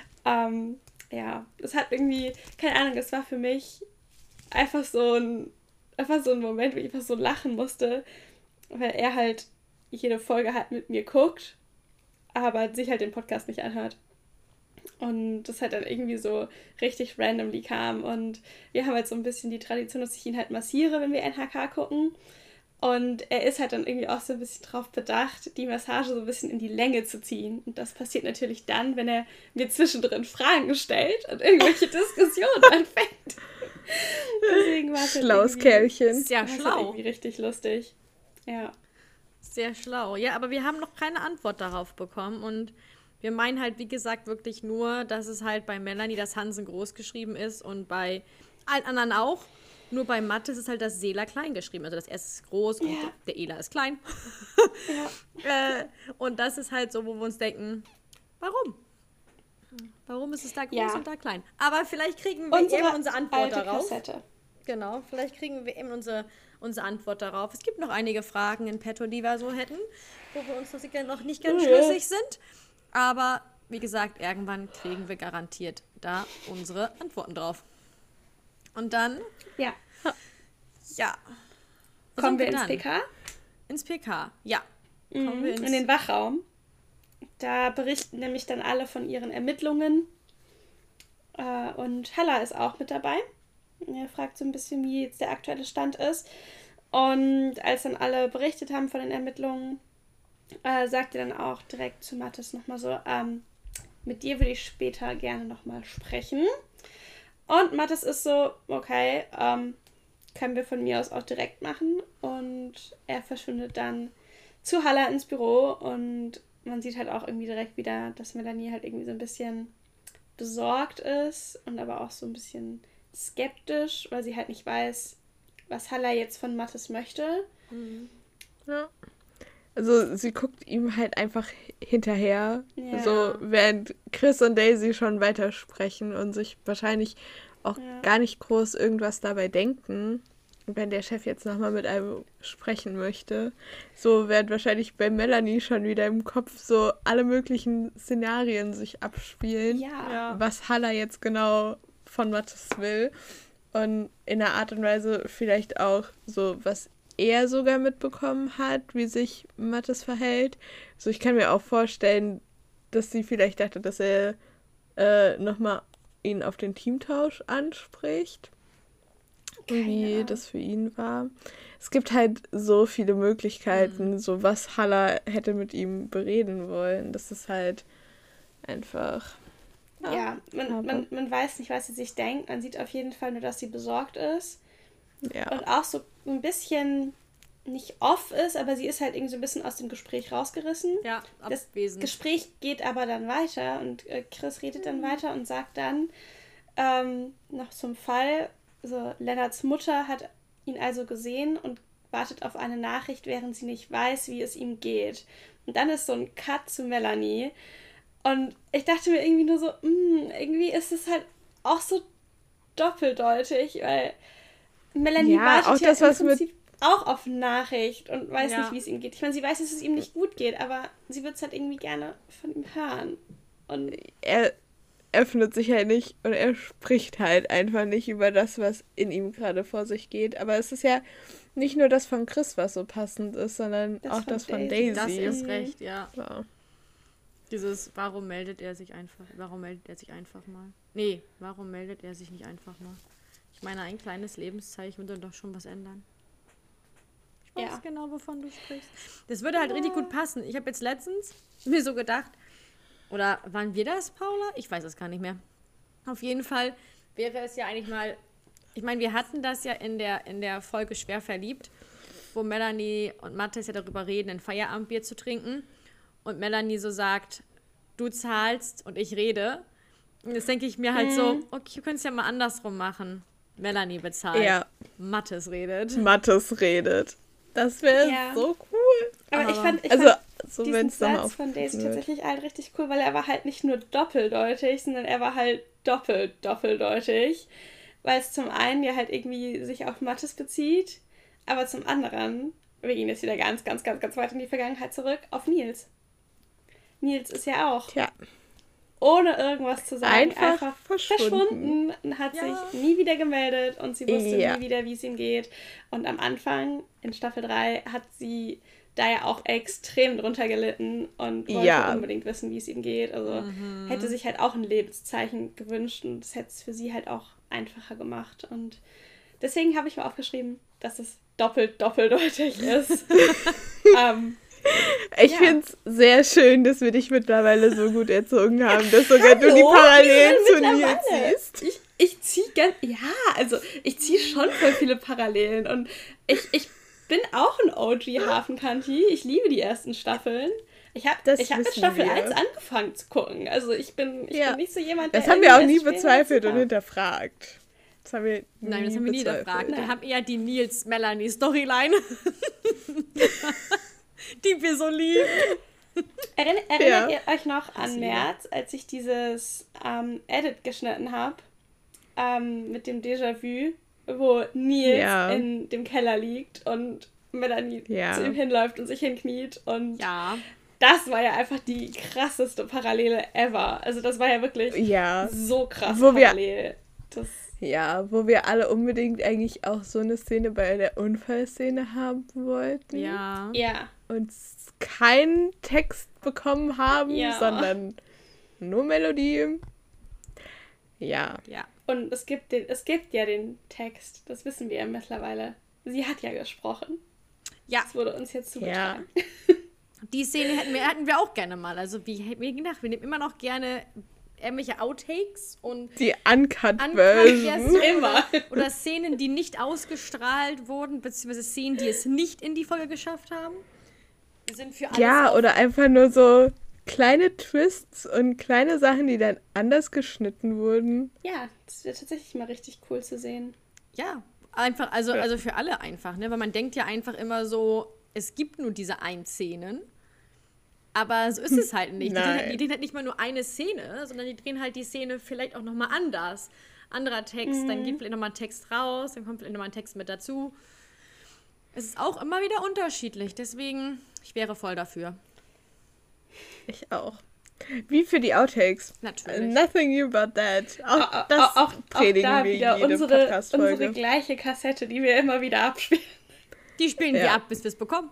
Ja, es hat irgendwie, keine Ahnung, es war für mich einfach so ein Moment, wo ich einfach so lachen musste, weil er halt jede Folge halt mit mir guckt, aber sich halt den Podcast nicht anhört. Und das halt dann irgendwie so richtig randomly kam. Und wir haben halt so ein bisschen die Tradition, dass ich ihn halt massiere, wenn wir NHK gucken. Und er ist halt dann irgendwie auch so ein bisschen drauf bedacht, die Massage so ein bisschen in die Länge zu ziehen. Und das passiert natürlich dann, wenn er mir zwischendrin Fragen stellt und irgendwelche Diskussionen anfängt. Deswegen war es Schlaues Kerlchen. Sehr schlau. Irgendwie richtig lustig. Ja. Sehr schlau. Ja, aber wir haben noch keine Antwort darauf bekommen und wir meinen halt, wie gesagt, wirklich nur, dass es halt bei Melanie das Hansen groß geschrieben ist und bei allen anderen auch. Nur bei Mathe ist es halt das Sela klein geschrieben. Also das S ist groß und der Ela ist klein. Ja. Und das ist halt so, wo wir uns denken, warum? Warum ist es da groß und da klein? Aber vielleicht kriegen wir eben unsere Antwort darauf. Kassette. Genau, vielleicht kriegen wir eben unsere Antwort darauf. Es gibt noch einige Fragen in petto, die wir so hätten, wo wir uns noch nicht ganz schlüssig sind. Aber, wie gesagt, irgendwann kriegen wir garantiert da unsere Antworten drauf. Und dann... Ja. Ja. Kommen wir ins PK? Ins PK, ja. Kommen wir in den Wachraum. Da berichten nämlich dann alle von ihren Ermittlungen. Und Halla ist auch mit dabei. Er fragt so ein bisschen, wie jetzt der aktuelle Stand ist. Und als dann alle berichtet haben von den Ermittlungen, sagt er dann auch direkt zu Mathis nochmal so, mit dir würde ich später gerne nochmal sprechen. Und Mathis ist so, okay, können wir von mir aus auch direkt machen. Und er verschwindet dann zu Halla ins Büro und man sieht halt auch irgendwie direkt wieder, dass Melanie halt irgendwie so ein bisschen besorgt ist und aber auch so ein bisschen skeptisch, weil sie halt nicht weiß, was Halla jetzt von Mathis möchte. Ja. Also sie guckt ihm halt einfach hinterher, so während Chris und Daisy schon weitersprechen und sich wahrscheinlich auch gar nicht groß irgendwas dabei denken, wenn der Chef jetzt nochmal mit einem sprechen möchte. So werden wahrscheinlich bei Melanie schon wieder im Kopf so alle möglichen Szenarien sich abspielen, was Halla jetzt genau von Mathis will und in einer Art und Weise vielleicht auch so, was er sogar mitbekommen hat, wie sich Mathis verhält. So, ich kann mir auch vorstellen, dass sie vielleicht dachte, dass er nochmal ihn auf den Teamtausch anspricht. Wie das für ihn war. Es gibt halt so viele Möglichkeiten, so was Halla hätte mit ihm bereden wollen. Das ist halt einfach... Ja, man weiß nicht, was sie sich denkt. Man sieht auf jeden Fall nur, dass sie besorgt ist. Ja. Und auch so ein bisschen nicht off ist, aber sie ist halt irgendwie so ein bisschen aus dem Gespräch rausgerissen. Ja, abwesend. Das Gespräch geht aber dann weiter und Chris redet dann weiter und sagt dann noch zum Fall, so Lennarts Mutter hat ihn also gesehen und wartet auf eine Nachricht, während sie nicht weiß, wie es ihm geht. Und dann ist so ein Cut zu Melanie und ich dachte mir irgendwie nur so, irgendwie ist es halt auch so doppeldeutig, weil Melanie wartet auch das, im was Prinzip auch auf Nachricht und weiß nicht, wie es ihm geht. Ich meine, sie weiß, dass es ihm nicht gut geht, aber sie wird es halt irgendwie gerne von ihm hören. Und er öffnet sich halt nicht und er spricht halt einfach nicht über das, was in ihm gerade vor sich geht. Aber es ist ja nicht nur das von Chris, was so passend ist, sondern auch das von Daisy. Das ist recht, ja. Dieses, warum meldet er sich einfach mal? Nee, warum meldet er sich nicht einfach mal? Ich meine, ein kleines Lebenszeichen würde doch schon was ändern. Ich weiß genau, wovon du sprichst. Das würde halt richtig gut passen. Ich habe jetzt letztens mir so gedacht, oder waren wir das, Paula? Ich weiß es gar nicht mehr. Auf jeden Fall wäre es ja eigentlich mal, ich meine, wir hatten das ja in der Folge Schwer verliebt wo Melanie und Mathis ja darüber reden, ein Feierabendbier zu trinken. Und Melanie so sagt, du zahlst und ich rede. Und jetzt denke ich mir halt so, okay, wir können es ja mal andersrum machen. Melanie bezahlt, Mathis redet. Mathis redet. Das wäre so cool. Aber ich fand so diesen Satz von Daisy tatsächlich halt richtig cool, weil er war halt nicht nur doppeldeutig, sondern er war halt doppeldeutig. Weil es zum einen ja halt irgendwie sich auf Mathis bezieht, aber zum anderen, wir gehen jetzt wieder ganz, ganz, ganz, ganz weit in die Vergangenheit zurück, auf Nils. Nils ist ja auch ohne irgendwas zu sagen einfach verschwunden und hat sich nie wieder gemeldet und sie wusste nie wieder, wie es ihm geht. Und am Anfang, in Staffel 3, hat sie da ja auch extrem drunter gelitten und wollte unbedingt wissen, wie es ihm geht. Also hätte sich halt auch ein Lebenszeichen gewünscht und das hätte es für sie halt auch einfacher gemacht. Und deswegen habe ich mir aufgeschrieben, dass es doppeldeutig ist. Ich finde es sehr schön, dass wir dich mittlerweile so gut erzogen haben, dass sogar du die Parallelen zu Nils siehst. Ich ziehe schon voll viele Parallelen und ich bin auch ein OG-Hafenkanti. Ich liebe die ersten Staffeln. Ich hab mit Staffel 1 angefangen zu gucken. Also ich bin nicht so jemand, der... Das haben wir auch nie bezweifelt und hinterfragt. Das haben wir nie hinterfragt. Wir haben eher die Nils-Melanie-Storyline. Die wir so lieben. Erinnert ihr euch noch an März, als ich dieses Edit geschnitten habe? Mit dem Déjà-vu, wo Nils in dem Keller liegt und Melanie zu ihm hinläuft und sich hinkniet. Und das war ja einfach die krasseste Parallele ever. Also das war ja wirklich so krass parallel. Wo wir alle unbedingt eigentlich auch so eine Szene bei der Unfallszene haben wollten. Ja. Und keinen Text bekommen haben, sondern nur Melodie. Ja. Und es gibt ja den Text, das wissen wir ja mittlerweile. Sie hat ja gesprochen. Ja. Das wurde uns jetzt zugetragen. Die Szene hätten wir auch gerne mal. Also wie gedacht, wir nehmen immer noch gerne irgendwelche Outtakes und die Uncut-Version. Oder Szenen, die nicht ausgestrahlt wurden, beziehungsweise Szenen, die es nicht in die Folge geschafft haben. Sind für alles oder einfach nur so kleine Twists und kleine Sachen, die dann anders geschnitten wurden. Ja, das wäre tatsächlich mal richtig cool zu sehen. Ja, einfach, also für alle einfach, ne? Weil man denkt ja einfach immer so, es gibt nur diese Szenen. Aber so ist es halt nicht. Die drehen halt nicht mal nur eine Szene, sondern die drehen halt die Szene vielleicht auch nochmal anders. Anderer Text, dann geht vielleicht nochmal ein Text raus, dann kommt vielleicht nochmal ein Text mit dazu. Es ist auch immer wieder unterschiedlich, deswegen, ich wäre voll dafür. Ich auch. Wie für die Outtakes. Natürlich. Nothing new about that. Auch predigen auch da wir wieder jede Podcast-Folge. Unsere gleiche Kassette, die wir immer wieder abspielen. Die spielen wir ab, bis wir es bekommen.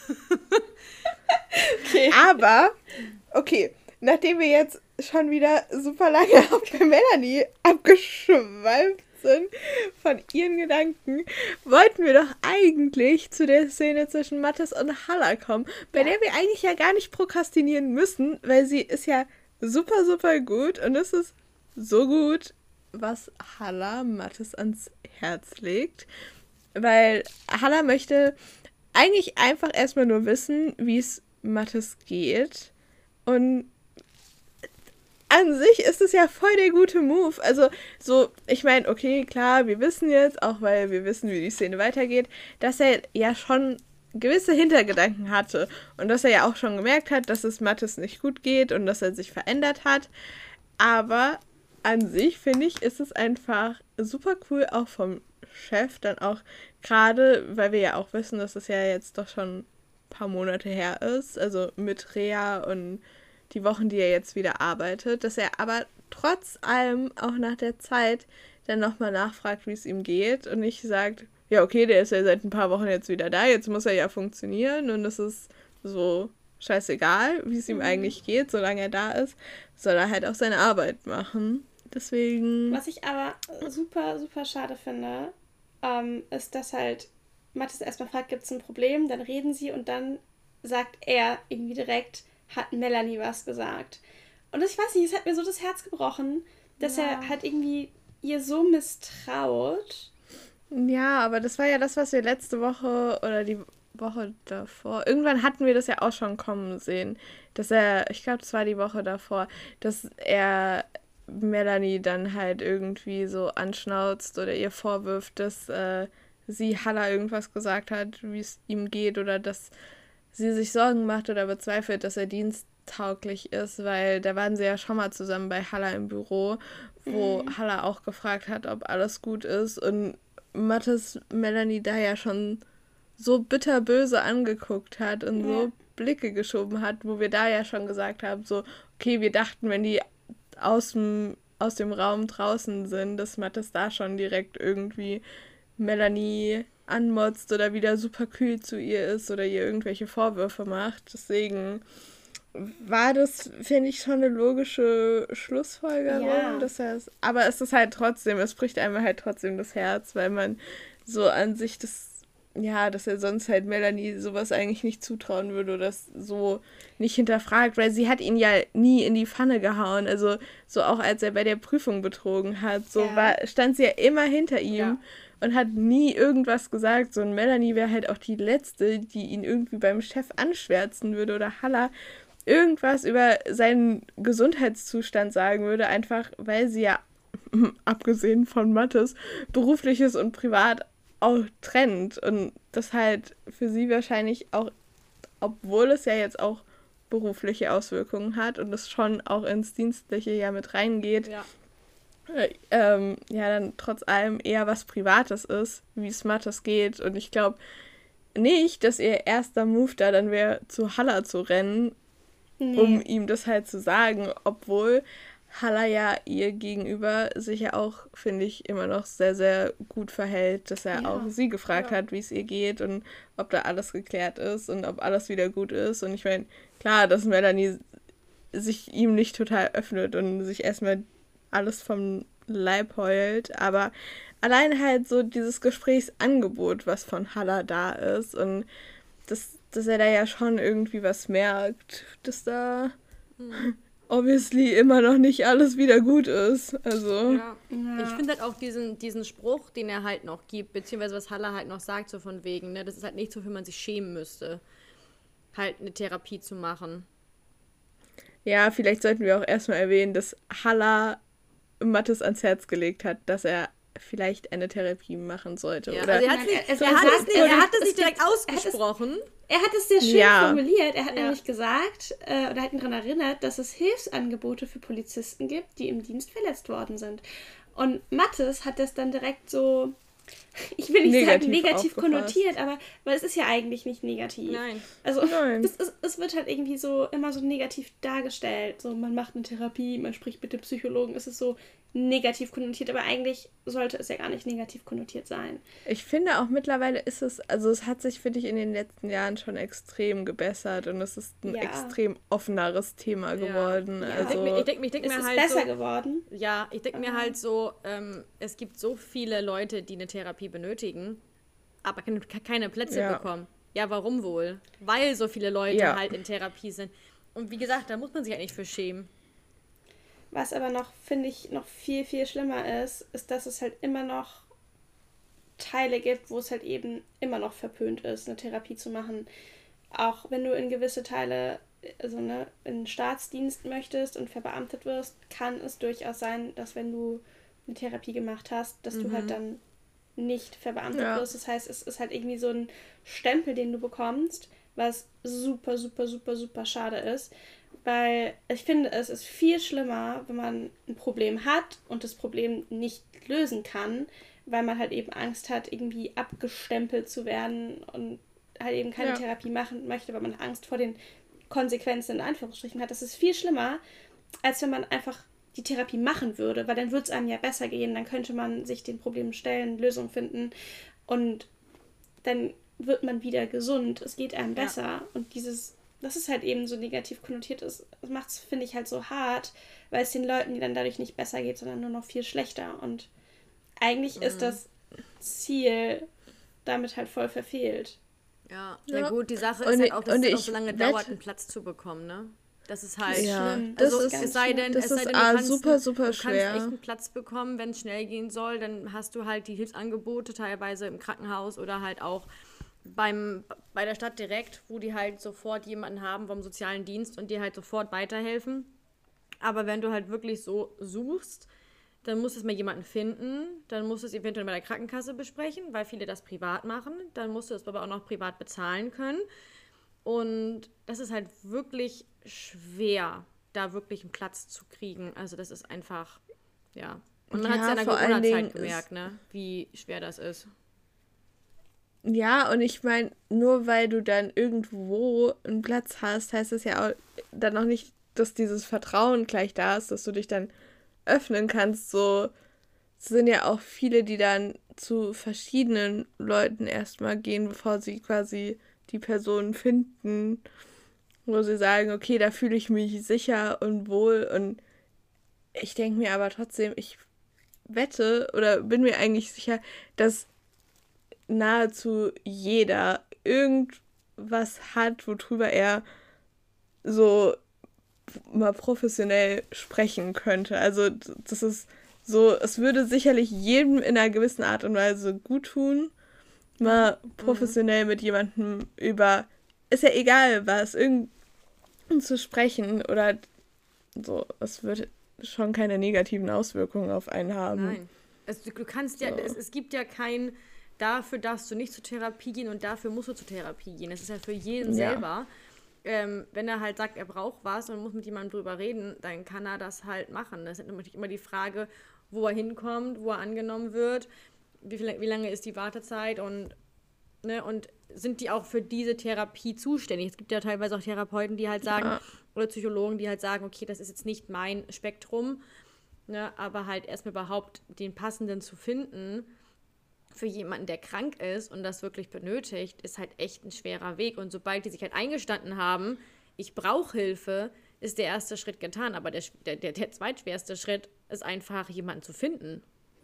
Okay. Aber, nachdem wir jetzt schon wieder super lange bei Melanie abgeschweift sind von ihren Gedanken, wollten wir doch eigentlich zu der Szene zwischen Mathis und Halla kommen, bei der wir eigentlich ja gar nicht prokrastinieren müssen, weil sie ist ja super, super gut und es ist so gut, was Halla Mathis ans Herz legt, weil Halla möchte eigentlich einfach erstmal nur wissen, wie es Mathis geht. Und an sich ist es ja voll der gute Move. Also so, ich meine, okay, klar, wir wissen jetzt, auch weil wir wissen, wie die Szene weitergeht, dass er ja schon gewisse Hintergedanken hatte. Und dass er ja auch schon gemerkt hat, dass es Mathis nicht gut geht und dass er sich verändert hat. Aber an sich, finde ich, ist es einfach super cool, auch vom Chef dann auch, gerade weil wir ja auch wissen, dass es ja jetzt doch schon ein paar Monate her ist, also mit Rea und die Wochen, die er jetzt wieder arbeitet, dass er aber trotz allem auch nach der Zeit dann nochmal nachfragt, wie es ihm geht und nicht sagt, ja okay, der ist ja seit ein paar Wochen jetzt wieder da, jetzt muss er ja funktionieren und es ist so scheißegal, wie es ihm eigentlich geht, solange er da ist, soll er halt auch seine Arbeit machen. Deswegen... Was ich aber super, super schade finde, ist, dass halt Mathis erstmal fragt, gibt es ein Problem, dann reden sie und dann sagt er irgendwie direkt, hat Melanie was gesagt. Und ich weiß nicht, es hat mir so das Herz gebrochen, dass er halt irgendwie ihr so misstraut Ja, aber das war ja das, was wir letzte Woche oder die Woche davor, irgendwann hatten wir das ja auch schon kommen sehen, dass ich glaube, das war die Woche davor, dass er Melanie dann halt irgendwie so anschnauzt oder ihr vorwirft, dass sie Halla irgendwas gesagt hat, wie es ihm geht oder dass sie sich Sorgen macht oder bezweifelt, dass er diensttauglich ist, weil da waren sie ja schon mal zusammen bei Halla im Büro, wo Halla auch gefragt hat, ob alles gut ist und Mattes Melanie da ja schon so bitterböse angeguckt hat und so Blicke geschoben hat, wo wir da ja schon gesagt haben, so, okay, wir dachten, wenn die aus dem Raum draußen sind, dass Mattes da schon direkt irgendwie Melanie anmotzt oder wieder super kühl zu ihr ist oder ihr irgendwelche Vorwürfe macht. Deswegen war das, finde ich, schon eine logische Schlussfolgerung. Ja. Aber es ist halt trotzdem, es bricht einem halt trotzdem das Herz, weil man so an sich dass er sonst halt Melanie sowas eigentlich nicht zutrauen würde oder das so nicht hinterfragt, weil sie hat ihn ja nie in die Pfanne gehauen. Also so auch als er bei der Prüfung betrogen hat, stand sie ja immer hinter ihm und hat nie irgendwas gesagt. So, und Melanie wäre halt auch die Letzte, die ihn irgendwie beim Chef anschwärzen würde oder Halla irgendwas über seinen Gesundheitszustand sagen würde, einfach weil sie ja, abgesehen von Mattes, berufliches und privat auch trennt und das halt für sie wahrscheinlich auch, obwohl es ja jetzt auch berufliche Auswirkungen hat und es schon auch ins Dienstliche ja mit reingeht, dann trotz allem eher was Privates ist, wie es Mattes geht und ich glaube nicht, dass ihr erster Move da dann wäre, zu Halla zu rennen, um ihm das halt zu sagen, obwohl Halla ja ihr gegenüber sich ja auch, finde ich, immer noch sehr, sehr gut verhält, dass er auch sie gefragt hat, wie es ihr geht und ob da alles geklärt ist und ob alles wieder gut ist. Und ich meine, klar, dass Melanie sich ihm nicht total öffnet und sich erstmal alles vom Leib heult, aber allein halt so dieses Gesprächsangebot, was von Halla da ist und dass er da ja schon irgendwie was merkt, dass da obviously immer noch nicht alles wieder gut ist. Also. Ja. Ich finde halt auch diesen Spruch, den er halt noch gibt, beziehungsweise was Halla halt noch sagt, so von wegen, ne, das ist halt nichts, wofür man sich schämen müsste, halt eine Therapie zu machen. Ja, vielleicht sollten wir auch erstmal erwähnen, dass Halla Mattes ans Herz gelegt hat, dass er vielleicht eine Therapie machen sollte. Ja, oder? also er hat es nicht direkt ausgesprochen. Er hat es sehr schön formuliert. Er hat nämlich gesagt, oder hat ihn daran erinnert, dass es Hilfsangebote für Polizisten gibt, die im Dienst verletzt worden sind. Und Mattes hat das dann direkt so, ich will nicht sagen negativ konnotiert, aber weil es ist ja eigentlich nicht negativ. Nein. Also es wird halt irgendwie so immer so negativ dargestellt. So, man macht eine Therapie, man spricht mit dem Psychologen, es ist so negativ konnotiert, aber eigentlich sollte es ja gar nicht negativ konnotiert sein. Ich finde auch mittlerweile ist es, also es hat sich, finde ich, in den letzten Jahren schon extrem gebessert und es ist ein extrem offeneres Thema geworden. Ja. Also Ich denk mir ist halt besser so, geworden. Ja, ich denke mir halt so, es gibt so viele Leute, die eine Therapie benötigen, aber keine Plätze bekommen. Ja, warum wohl? Weil so viele Leute halt in Therapie sind. Und wie gesagt, da muss man sich halt nicht für schämen. Was aber noch, finde ich, noch viel, viel schlimmer ist, dass es halt immer noch Teile gibt, wo es halt eben immer noch verpönt ist, eine Therapie zu machen. Auch wenn du in gewisse Teile, also in Staatsdienst möchtest und verbeamtet wirst, kann es durchaus sein, dass wenn du eine Therapie gemacht hast, dass du halt dann nicht verbeamtet wirst. Das heißt, es ist halt irgendwie so ein Stempel, den du bekommst, was super, super, super, super schade ist. Weil ich finde, es ist viel schlimmer, wenn man ein Problem hat und das Problem nicht lösen kann, weil man halt eben Angst hat, irgendwie abgestempelt zu werden und halt eben keine Therapie machen möchte, weil man Angst vor den Konsequenzen in Anführungsstrichen hat. Das ist viel schlimmer, als wenn man einfach die Therapie machen würde, weil dann würde es einem ja besser gehen, dann könnte man sich den Problemen stellen, Lösungen finden und dann wird man wieder gesund, es geht einem besser und dass es halt eben so negativ konnotiert ist, macht es, finde ich, halt so hart, weil es den Leuten dann dadurch nicht besser geht, sondern nur noch viel schlechter. Und eigentlich ist das Ziel damit halt voll verfehlt. Ja, gut, die Sache ist halt auch, dass es auch so lange dauert, einen Platz zu bekommen, ne? Das ist halt, schlimm. also Das ist es sei denn, das du ist kannst, super, super du kannst schwer. echt einen Platz bekommen, wenn es schnell gehen soll, dann hast du halt die Hilfsangebote teilweise im Krankenhaus oder halt auch bei der Stadt direkt, wo die halt sofort jemanden haben vom sozialen Dienst und dir halt sofort weiterhelfen. Aber wenn du halt wirklich so suchst, dann musst du mal jemanden finden, dann musst du es eventuell bei der Krankenkasse besprechen, weil viele das privat machen, dann musst du es aber auch noch privat bezahlen können. Und das ist halt wirklich schwer, da wirklich einen Platz zu kriegen. Also das ist einfach, ja. Und man hat es ja in der vor allen Dingen Corona-Zeit gemerkt, ne? Wie schwer das ist. Ja, und ich meine, nur weil du dann irgendwo einen Platz hast, heißt das ja auch dann noch nicht, dass dieses Vertrauen gleich da ist, dass du dich dann öffnen kannst. So, es sind ja auch viele, die dann zu verschiedenen Leuten erstmal gehen, bevor sie quasi die Person finden, wo sie sagen, okay, da fühle ich mich sicher und wohl. Und ich denke mir aber trotzdem, ich wette oder bin mir eigentlich sicher, dass nahezu jeder irgendwas hat, worüber er so mal professionell sprechen könnte. Also das ist so, es würde sicherlich jedem in einer gewissen Art und Weise gut tun, mal professionell mit jemandem über, ist ja egal was, irgend zu sprechen oder so. Es wird schon keine negativen Auswirkungen auf einen haben. Nein. Also du kannst ja, es gibt ja kein, dafür darfst du nicht zur Therapie gehen und dafür musst du zur Therapie gehen. Das ist ja für jeden selber. Wenn er halt sagt, er braucht was und muss mit jemandem drüber reden, dann kann er das halt machen. Das ist natürlich immer die Frage, wo er hinkommt, wo er angenommen wird, wie lange ist die Wartezeit und sind die auch für diese Therapie zuständig? Es gibt ja teilweise auch Therapeuten, die halt sagen, oder Psychologen, die halt sagen, okay, das ist jetzt nicht mein Spektrum, ne, aber halt erstmal überhaupt den passenden zu finden für jemanden, der krank ist und das wirklich benötigt, ist halt echt ein schwerer Weg. Und sobald die sich halt eingestanden haben, ich brauche Hilfe, ist der erste Schritt getan. Aber der zweitschwerste Schritt ist einfach, jemanden zu finden.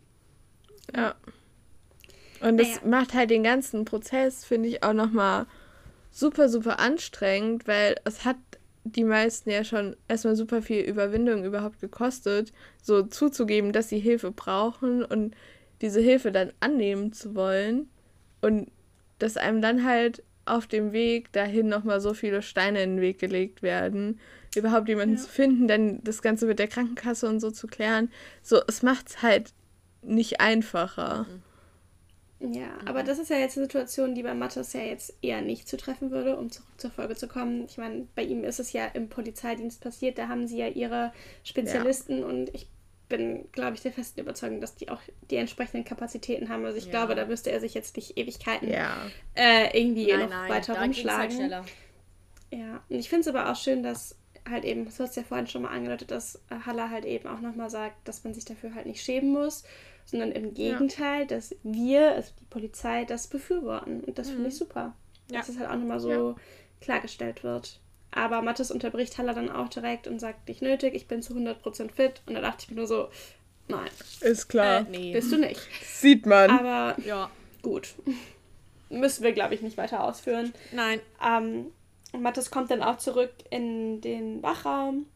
Ja. Und das macht halt den ganzen Prozess, finde ich, auch nochmal super, super anstrengend, weil es hat die meisten ja schon erstmal super viel Überwindung überhaupt gekostet, so zuzugeben, dass sie Hilfe brauchen und diese Hilfe dann annehmen zu wollen und dass einem dann halt auf dem Weg dahin nochmal so viele Steine in den Weg gelegt werden, überhaupt jemanden zu finden, dann das Ganze mit der Krankenkasse und so zu klären. So, es macht es halt nicht einfacher. Ja, aber das ist ja jetzt eine Situation, die bei Mattes ja jetzt eher nicht zutreffen würde, um zurück zur Folge zu kommen. Ich meine, bei ihm ist es ja im Polizeidienst passiert, da haben sie ja ihre Spezialisten und ich bin, glaube ich, der festen Überzeugung, dass die auch die entsprechenden Kapazitäten haben. Also ich glaube, da müsste er sich jetzt nicht Ewigkeiten irgendwie noch weiter rumschlagen. Halt ja, und ich finde es aber auch schön, dass halt eben, das hast du ja vorhin schon mal angedeutet, dass Haller halt eben auch nochmal sagt, dass man sich dafür halt nicht schämen muss, sondern im Gegenteil, dass wir, also die Polizei, das befürworten. Und das finde ich super. Dass es halt auch nochmal so klargestellt wird. Aber Mattes unterbricht Haller dann auch direkt und sagt, nicht nötig, ich bin zu 100% fit. Und da dachte ich mir nur so, nein. Ist klar. Nee. Bist du nicht. Sieht man. Aber gut. Müssen wir, glaube ich, nicht weiter ausführen. Nein. Mattes kommt dann auch zurück in den Wachraum.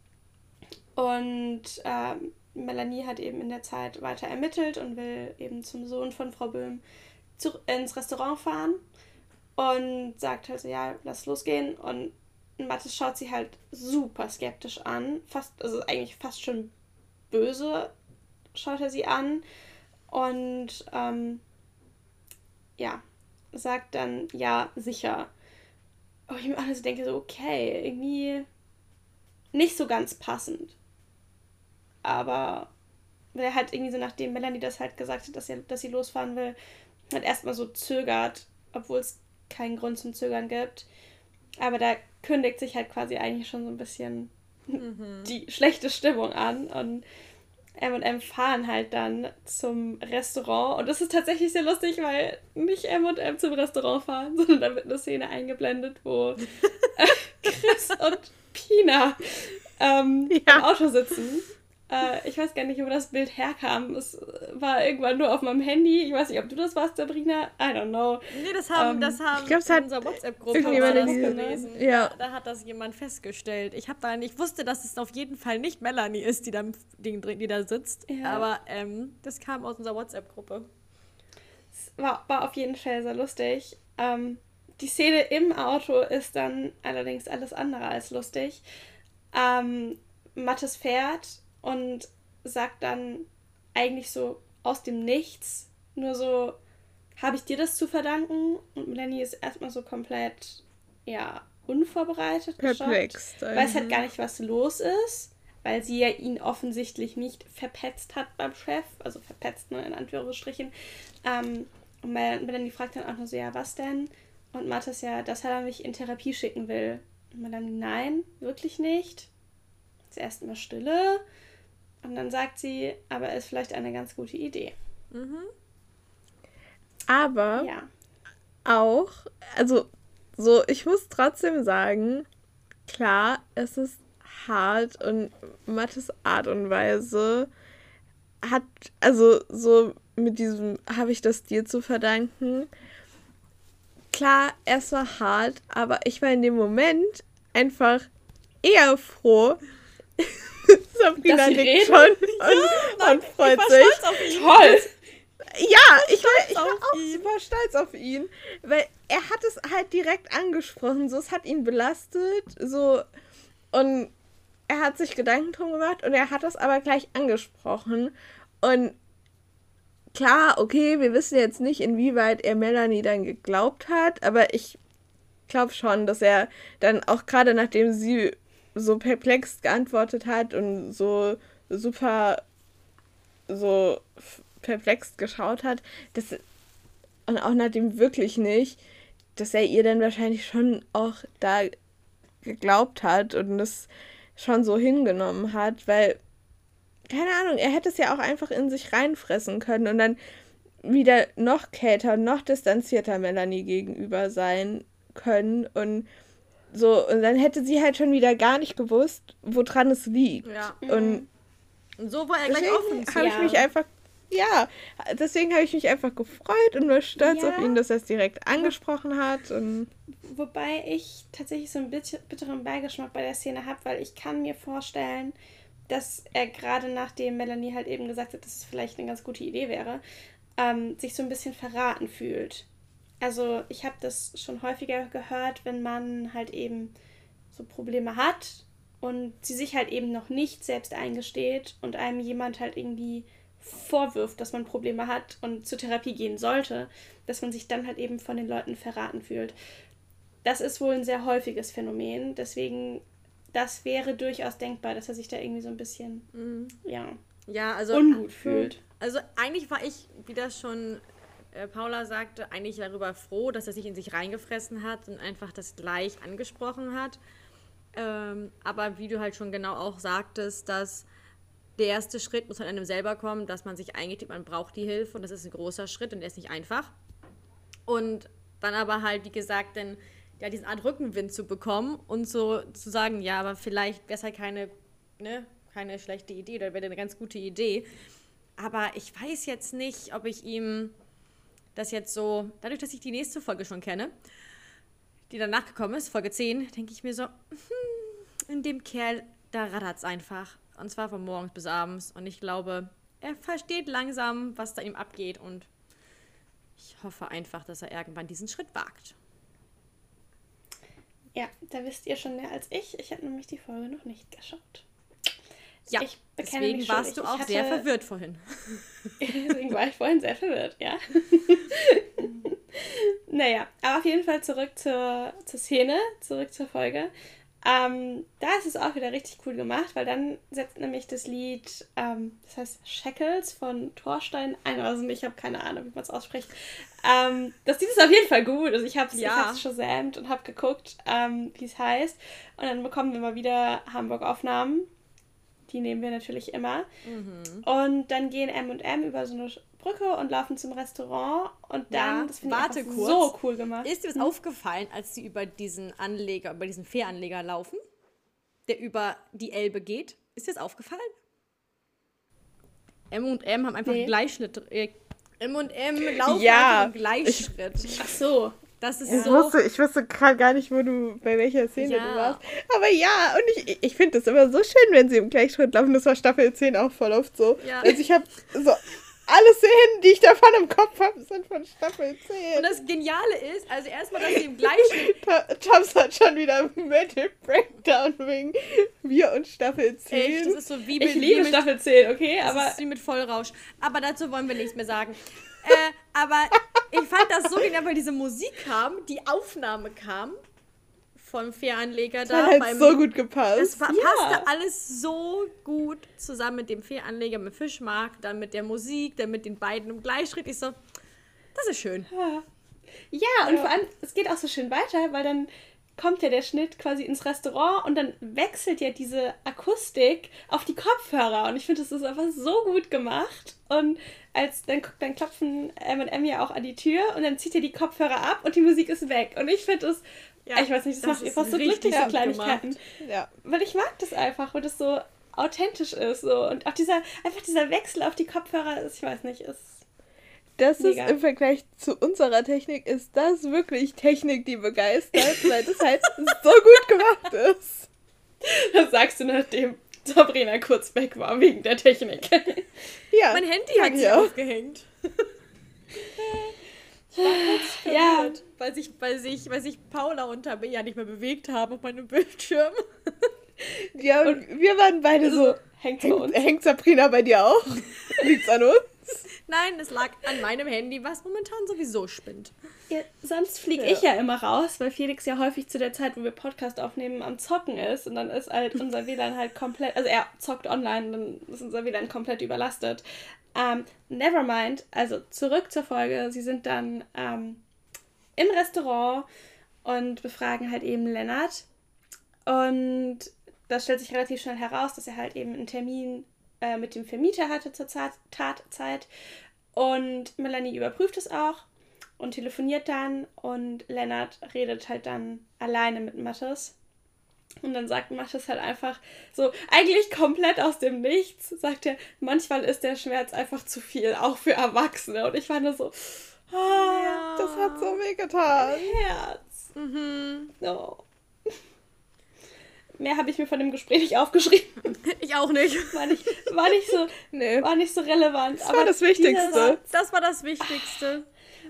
Und Melanie hat eben in der Zeit weiter ermittelt und will eben zum Sohn von Frau Böhm ins Restaurant fahren. Und sagt halt so, ja, lass losgehen. Und Mattes schaut sie halt super skeptisch an. Also eigentlich fast schon böse schaut er sie an. Und sagt dann, ja, sicher. Aber ich mir alles denke so, okay, irgendwie nicht so ganz passend. Aber weil er halt irgendwie so, nachdem Melanie das halt gesagt hat, dass sie losfahren will, halt erstmal so zögert, obwohl es keinen Grund zum Zögern gibt. Aber da kündigt sich halt quasi eigentlich schon so ein bisschen die schlechte Stimmung an. Und M&M fahren halt dann zum Restaurant. Und das ist tatsächlich sehr lustig, weil nicht M&M zum Restaurant fahren, sondern da wird eine Szene eingeblendet, wo Chris und Pina im Auto sitzen. Ich weiß gar nicht, wo das Bild herkam. Es war irgendwann nur auf meinem Handy. Ich weiß nicht, ob du das warst, Sabrina. I don't know. Nee, das haben ich glaub, es hat in unserer WhatsApp-Gruppe irgendjemand war das in gewesen. Ja. Da hat das jemand festgestellt. Ich wusste, dass es auf jeden Fall nicht Melanie ist, die da sitzt. Ja. Aber das kam aus unserer WhatsApp-Gruppe. Es war auf jeden Fall sehr lustig. Die Szene im Auto ist dann allerdings alles andere als lustig. Mathis fährt und sagt dann eigentlich so aus dem Nichts nur so, habe ich dir das zu verdanken? Und Melanie ist erstmal so komplett, unvorbereitet, Perplex. geschockt, weiß halt gar nicht, was los ist, weil sie ja ihn offensichtlich nicht verpetzt hat beim Chef, also verpetzt, ne, in Anführungsstrichen. Und Melanie fragt dann auch nur so, ja, was denn? Und Mathis ja, dass er mich in Therapie schicken will. Und Melanie, nein, wirklich nicht. Jetzt erstmal Stille. Und dann sagt sie, aber ist vielleicht eine ganz gute Idee. Aber Ja. auch, also so, ich muss trotzdem sagen, klar, es ist hart und Mathis Art und Weise hat, also so mit diesem, habe ich das dir zu verdanken? Klar, es war hart, aber ich war in dem Moment einfach eher froh. Sabrina Dass sie nickt reden? schon und freut sich. Auf ihn. Toll! Ja, ich war auf auch ihn. super stolz auf ihn, weil er hat es halt direkt angesprochen, so, es hat ihn belastet, so, und er hat sich Gedanken drum gemacht und er hat es aber gleich angesprochen und klar, okay, wir wissen jetzt nicht, inwieweit er Melanie dann geglaubt hat, aber ich glaube schon, dass er dann auch gerade nachdem sie so perplex geantwortet hat und so super so perplex geschaut hat, und auch nachdem wirklich nicht, dass er ihr dann wahrscheinlich schon auch da geglaubt hat und das schon so hingenommen hat, weil, keine Ahnung, er hätte es ja auch einfach in sich reinfressen können und dann wieder noch kälter, noch distanzierter Melanie gegenüber sein können und so, und dann hätte sie halt schon wieder gar nicht gewusst, woran es liegt. Ja. Und Und so war er gleich offen. deswegen habe ich mich einfach, deswegen habe ich mich einfach gefreut und war stolz Ja. auf ihn, dass er es direkt angesprochen hat. Und Wobei ich tatsächlich so einen bitteren Beigeschmack bei der Szene habe, weil ich kann mir vorstellen, dass er gerade nachdem Melanie halt eben gesagt hat, dass es vielleicht eine ganz gute Idee wäre, sich so ein bisschen verraten fühlt. Also ich habe das schon häufiger gehört, wenn man halt eben so Probleme hat und sie sich halt eben noch nicht selbst eingesteht und einem jemand halt irgendwie vorwirft, dass man Probleme hat und zur Therapie gehen sollte, dass man sich dann halt eben von den Leuten verraten fühlt. Das ist wohl ein sehr häufiges Phänomen, deswegen, das wäre durchaus denkbar, dass er sich da irgendwie so ein bisschen, Ja, also ungut fühlt. Also eigentlich war ich, wie das schon Paula sagte, eigentlich darüber froh, dass er sich in sich reingefressen hat und einfach das gleich angesprochen hat. Aber wie du halt schon genau auch sagtest, dass der erste Schritt muss halt an einem selber kommen, dass man sich eingeht, man braucht die Hilfe und das ist ein großer Schritt und der ist nicht einfach. Und dann aber halt, wie gesagt, dann diesen Art Rückenwind zu bekommen und so zu sagen, ja, aber vielleicht wäre es halt keine schlechte Idee oder wäre eine ganz gute Idee. Aber ich weiß jetzt nicht, ob ich ihm das jetzt so, dadurch, dass ich die nächste Folge schon kenne, die danach gekommen ist, Folge 10, denke ich mir so, in dem Kerl, da raddert's einfach. Und zwar von morgens bis abends. Und ich glaube, er versteht langsam, was da ihm abgeht. Und ich hoffe einfach, dass er irgendwann diesen Schritt wagt. Ja, da wisst ihr schon mehr als ich. Ich habe nämlich die Folge noch nicht geschaut. Ja, Ich bekenne deswegen mich warst du schuldig. auch sehr verwirrt vorhin. Deswegen war ich vorhin sehr verwirrt, ja. Naja, aber auf jeden Fall zurück zur Szene, zurück zur Folge. Da ist es auch wieder richtig cool gemacht, weil dann setzt nämlich das Lied, das heißt Shackles von Thorstein ein. Also ich habe keine Ahnung, wie man es ausspricht. Das Lied ist auf jeden Fall gut. Also ich habe es shazamt und habe geguckt, wie es heißt. Und dann bekommen wir mal wieder Hamburg-Aufnahmen. Die nehmen wir natürlich immer. Und dann gehen M&M über so eine Brücke und laufen zum Restaurant. Und dann, das finde ich einfach so cool gemacht. Ist dir das aufgefallen, als sie über diesen Fähranleger laufen, der über die Elbe geht? Ist dir das aufgefallen? M&M haben einfach Nee. Gleichschnitt. M&M laufen Ja, einfach im Gleichschritt. Ach so. Das ist Ich so. wusste gerade gar nicht, bei welcher Szene Ja. du warst. Aber ja, und ich finde das immer so schön, wenn sie im Gleichschritt laufen. Das war Staffel 10 auch voll oft so. Ja. Also ich habe so alle Szenen, die ich davon im Kopf habe, sind von Staffel 10. Und das Geniale ist, also erstmal, dass sie im Gleichschritt. Toms hat schon wieder Mental Breakdown wegen wir und Staffel 10. Echt, das ist so wie Ich liebe mit, Staffel 10, okay? das Aber ist wie mit Vollrausch. Aber dazu wollen wir nichts mehr sagen. Aber ich fand das so genial, weil diese Musik kam, die Aufnahme kam vom Fähranleger Das da. hat halt so gut gepasst. Das passte alles so gut zusammen mit dem Fähranleger, mit Fischmarkt, dann mit der Musik, dann mit den beiden im Gleichschritt. Ich so, das ist schön. ja, und vor allem, es geht auch so schön weiter, weil dann kommt ja der Schnitt quasi ins Restaurant und dann wechselt ja diese Akustik auf die Kopfhörer und ich finde, das ist einfach so gut gemacht und dann klopfen M&M ja auch an die Tür und dann zieht er die Kopfhörer ab und die Musik ist weg und ich finde das, ich weiß nicht, das macht ist einfach so richtig glücklich, so gut Kleinigkeiten, gemacht. Ja. weil ich mag das einfach, weil das so authentisch ist so und auch dieser Wechsel auf die Kopfhörer ist, ich weiß nicht, ist Das mega. ist im Vergleich zu unserer Technik, ist das wirklich Technik, die begeistert, weil das halt so gut gemacht ist. Das sagst du, nachdem Sabrina kurz weg war wegen der Technik. Ja, Mein Handy sag hat ich sich auch. aufgehängt. Ja, Weil sich Paula und Tabea nicht mehr bewegt haben auf meinem Bildschirm. Ja, und wir waren beide so, hängt bei uns. hängt Sabrina bei dir auch? Liegt's an uns? Nein, es lag an meinem Handy, was momentan sowieso spinnt. Ja, sonst fliege Ja. ich ja immer raus, weil Felix ja häufig zu der Zeit, wo wir Podcast aufnehmen, am Zocken ist. Und dann ist halt unser WLAN halt komplett, also er zockt online, dann ist unser WLAN komplett überlastet. Nevermind, also zurück zur Folge. Sie sind dann im Restaurant und befragen halt eben Lennart. Und das stellt sich relativ schnell heraus, dass er halt eben einen Termin mit dem Vermieter hatte zur Tatzeit. Und Melanie überprüft es auch und telefoniert dann und Lennart redet halt dann alleine mit Mathis. Und dann sagt Mathis halt einfach so, eigentlich komplett aus dem Nichts, sagt er, manchmal ist der Schmerz einfach zu viel, auch für Erwachsene. Und ich fand nur so, Das hat so weh getan. Herz. Mhm. No. Mehr habe ich mir von dem Gespräch nicht aufgeschrieben. Ich auch nicht. War nicht so relevant. Das war das Wichtigste. Das war das Wichtigste.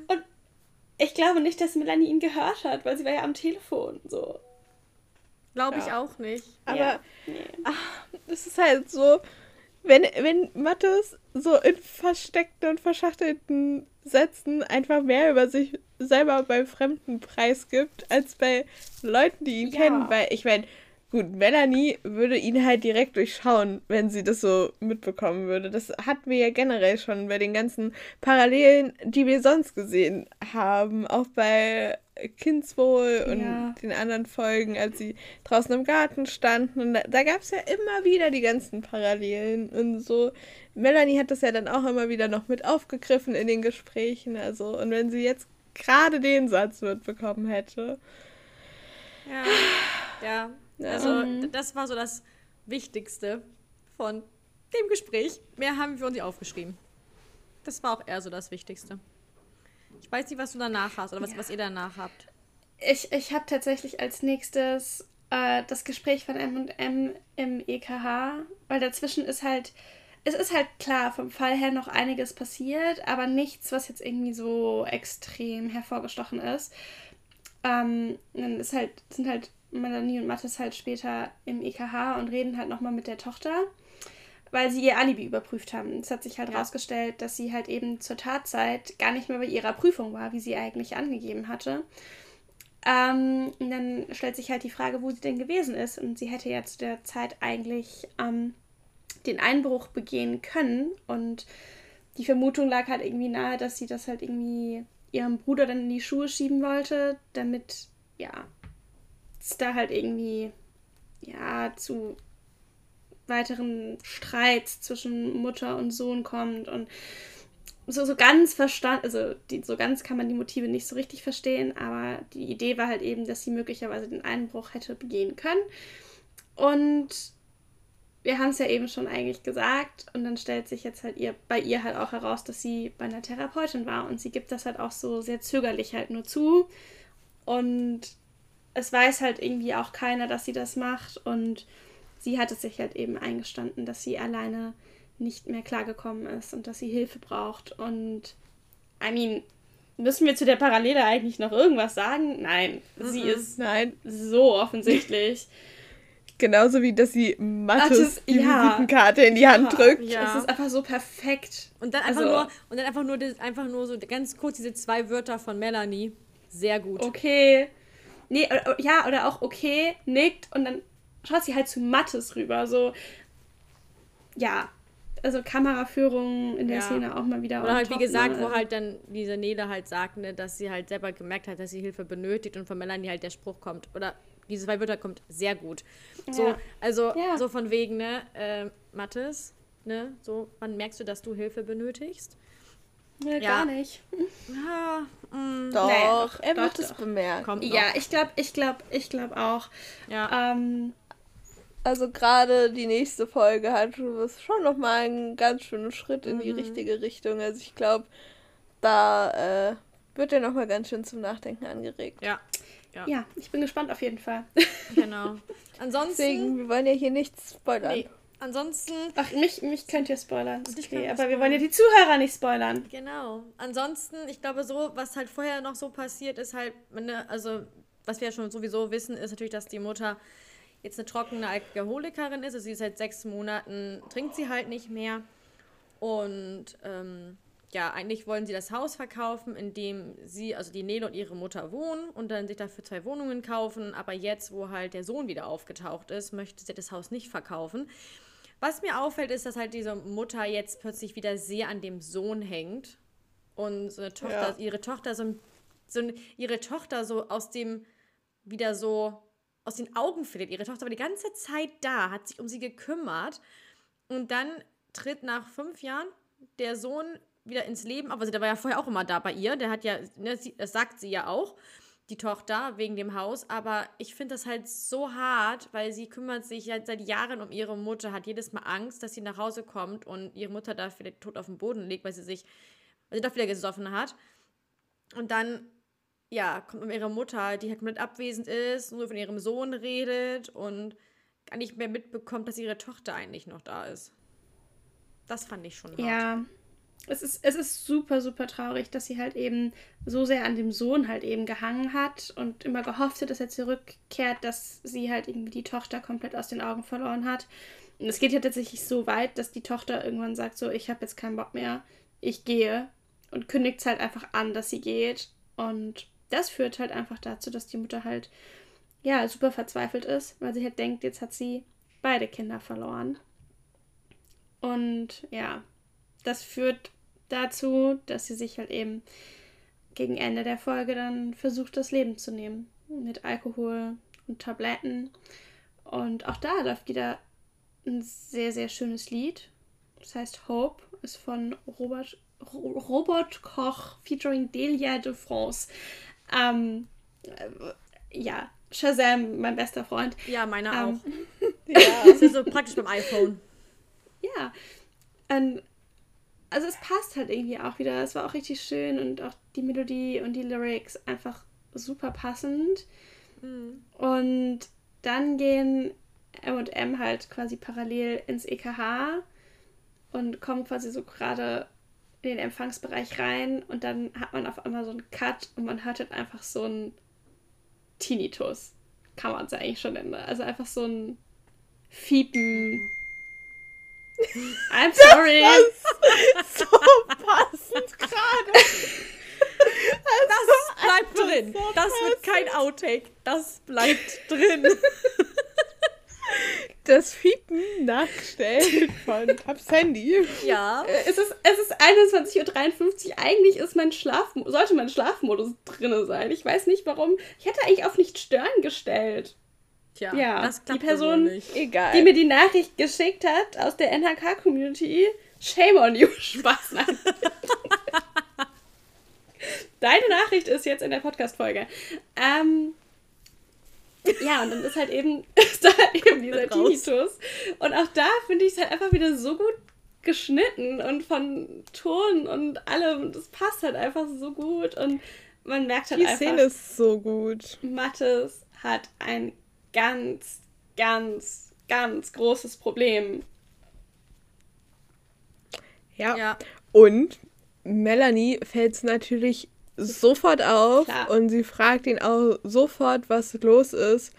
Ich glaube nicht, dass Melanie ihn gehört hat, weil sie war ja am Telefon. So. Glaube ich Ja. auch nicht. Aber Ja, nee. es ist halt so, wenn Mathis so in versteckten und verschachtelten Sätzen einfach mehr über sich selber bei Fremden preisgibt, als bei Leuten, die ihn Ja. kennen. Weil, ich meine, gut, Melanie würde ihn halt direkt durchschauen, wenn sie das so mitbekommen würde. Das hatten wir ja generell schon bei den ganzen Parallelen, die wir sonst gesehen haben. Auch bei Kindswohl und Ja. den anderen Folgen, als sie draußen im Garten standen. Und da gab es ja immer wieder die ganzen Parallelen und so. Melanie hat das ja dann auch immer wieder noch mit aufgegriffen in den Gesprächen. Also, und wenn sie jetzt gerade den Satz mitbekommen hätte. Ja. Ja. Ja. Also, das war so das Wichtigste von dem Gespräch. Mehr haben wir uns nicht aufgeschrieben. Das war auch eher so das Wichtigste. Ich weiß nicht, was du danach hast oder was ihr danach habt. Ich habe tatsächlich als nächstes das Gespräch von M&M im EKH, weil dazwischen ist halt, es ist halt klar, vom Fall her noch einiges passiert, aber nichts, was jetzt irgendwie so extrem hervorgestochen ist. Dann sind halt Melanie und Mathis halt später im EKH und reden halt nochmal mit der Tochter, weil sie ihr Alibi überprüft haben. Es hat sich halt rausgestellt, dass sie halt eben zur Tatzeit gar nicht mehr bei ihrer Prüfung war, wie sie eigentlich angegeben hatte. Und dann stellt sich halt die Frage, wo sie denn gewesen ist. Und sie hätte ja zu der Zeit eigentlich den Einbruch begehen können. Und die Vermutung lag halt irgendwie nahe, dass sie das halt irgendwie ihrem Bruder dann in die Schuhe schieben wollte, damit, ja, es da halt irgendwie, ja, zu weiteren Streits zwischen Mutter und Sohn kommt und so ganz verstanden, also so ganz kann man die Motive nicht so richtig verstehen, aber die Idee war halt eben, dass sie möglicherweise den Einbruch hätte begehen können und wir haben es ja eben schon eigentlich gesagt und dann stellt sich jetzt halt bei ihr halt auch heraus, dass sie bei einer Therapeutin war und sie gibt das halt auch so sehr zögerlich halt nur zu und es weiß halt irgendwie auch keiner, dass sie das macht und sie hat es sich halt eben eingestanden, dass sie alleine nicht mehr klargekommen ist und dass sie Hilfe braucht und müssen wir zu der Parallele eigentlich noch irgendwas sagen? Nein, sie ist so offensichtlich. Genauso wie, dass sie Mathis die Visitenkarte in die Hand drückt. Ja. Es ist einfach so perfekt. Und dann einfach nur so ganz kurz diese 2 Wörter von Melanie. Sehr gut. Okay. Nee, ja, oder auch okay, nickt und dann schaut sie halt zu Mathis rüber. So, ja. Also Kameraführung in der Szene auch mal wieder. Oder halt, wie gesagt, wo halt dann diese Nele halt sagt, ne, dass sie halt selber gemerkt hat, dass sie Hilfe benötigt und von Melanie halt der Spruch kommt. Oder diese 2 Wörter kommt sehr gut. So, also so von wegen, ne, Mathis, ne, so, wann merkst du, dass du Hilfe benötigst? Nee, gar nicht. Ja, doch, er wird es bemerken. Kommt noch. Ja, ich glaube auch. Ja. Also gerade die nächste Folge hat schon nochmal einen ganz schönen Schritt in die richtige Richtung. Also ich glaube, da wird er nochmal ganz schön zum Nachdenken angeregt. Ja, ich bin gespannt auf jeden Fall. Genau. Ansonsten... Deswegen, wir wollen ja hier nichts spoilern. Nee. Ansonsten... Ach, mich könnt ihr spoilern. Okay, aber wir wollen ja die Zuhörer nicht spoilern. Genau. Ansonsten, ich glaube so, was halt vorher noch so passiert, ist halt, also was wir ja schon sowieso wissen, ist natürlich, dass die Mutter jetzt eine trockene Alkoholikerin ist. Also sie ist seit 6 Monaten, trinkt sie halt nicht mehr. Und eigentlich wollen sie das Haus verkaufen, in dem sie, also die Nele und ihre Mutter wohnen und dann sich dafür 2 Wohnungen kaufen. Aber jetzt, wo halt der Sohn wieder aufgetaucht ist, möchte sie das Haus nicht verkaufen. Was mir auffällt, ist, dass halt diese Mutter jetzt plötzlich wieder sehr an dem Sohn hängt und so eine Tochter, ihre Tochter so aus dem wieder so aus den Augen verliert. Ihre Tochter war die ganze Zeit da, hat sich um sie gekümmert und dann tritt nach 5 Jahren der Sohn wieder ins Leben, aber der war ja vorher auch immer da bei ihr, der hat ja, ne, das sagt sie ja auch, die Tochter, wegen dem Haus, aber ich finde das halt so hart, weil sie kümmert sich halt seit Jahren um ihre Mutter, hat jedes Mal Angst, dass sie nach Hause kommt und ihre Mutter da vielleicht tot auf dem Boden liegt, weil sie doch wieder gesoffen hat. Und dann, kommt ihre Mutter, die halt komplett abwesend ist, nur von ihrem Sohn redet und gar nicht mehr mitbekommt, dass ihre Tochter eigentlich noch da ist. Das fand ich schon hart. Ja. Es ist super, super traurig, dass sie halt eben so sehr an dem Sohn halt eben gehangen hat und immer gehofft hat, dass er zurückkehrt, dass sie halt irgendwie die Tochter komplett aus den Augen verloren hat. Und es geht ja tatsächlich so weit, dass die Tochter irgendwann sagt so, ich habe jetzt keinen Bock mehr, ich gehe und kündigt es halt einfach an, dass sie geht. Und das führt halt einfach dazu, dass die Mutter halt, super verzweifelt ist, weil sie halt denkt, jetzt hat sie beide Kinder verloren. Und das führt dazu, dass sie sich halt eben gegen Ende der Folge dann versucht, das Leben zu nehmen. Mit Alkohol und Tabletten. Und auch da läuft wieder ein sehr, sehr schönes Lied. Das heißt Hope, ist von Robert Koch featuring Delia de France. Shazam, mein bester Freund. Ja, meiner auch. Das ist so praktisch beim iPhone. Ja, also es passt halt irgendwie auch wieder. Es war auch richtig schön und auch die Melodie und die Lyrics einfach super passend. Mhm. Und dann gehen M&M halt quasi parallel ins EKH und kommen quasi so gerade in den Empfangsbereich rein und dann hat man auf einmal so einen Cut und man hört halt einfach so einen Tinnitus. Kann man es ja eigentlich schon nennen. Also einfach so ein Fiepen. I'm sorry. Das so passend gerade. Das bleibt drin. So das wird kein Outtake. Das bleibt drin. Das Fiepen nachgestellt von Tabs Handy. Ja. Es ist 21:53 Uhr. Eigentlich ist sollte mein Schlafmodus drin sein. Ich weiß nicht warum. Ich hätte eigentlich auf nicht stören gestellt. Tja, das klappt die Person, nicht. Egal. Die mir die Nachricht geschickt hat aus der NHK-Community, shame on you. Spaß. Nein. Deine Nachricht ist jetzt in der Podcast-Folge. Ja, und dann ist halt eben, ist da halt eben dieser Mit raus. Tinnitus. Und auch da finde ich es halt einfach wieder so gut geschnitten und von Ton und allem. Das passt halt einfach so gut und man merkt halt Die einfach, Szene ist so gut. Mathis hat ein ganz, ganz, ganz großes Problem. Ja. Ja. Und Melanie fällt es natürlich sofort auf Klar. und sie fragt ihn auch sofort, was los ist.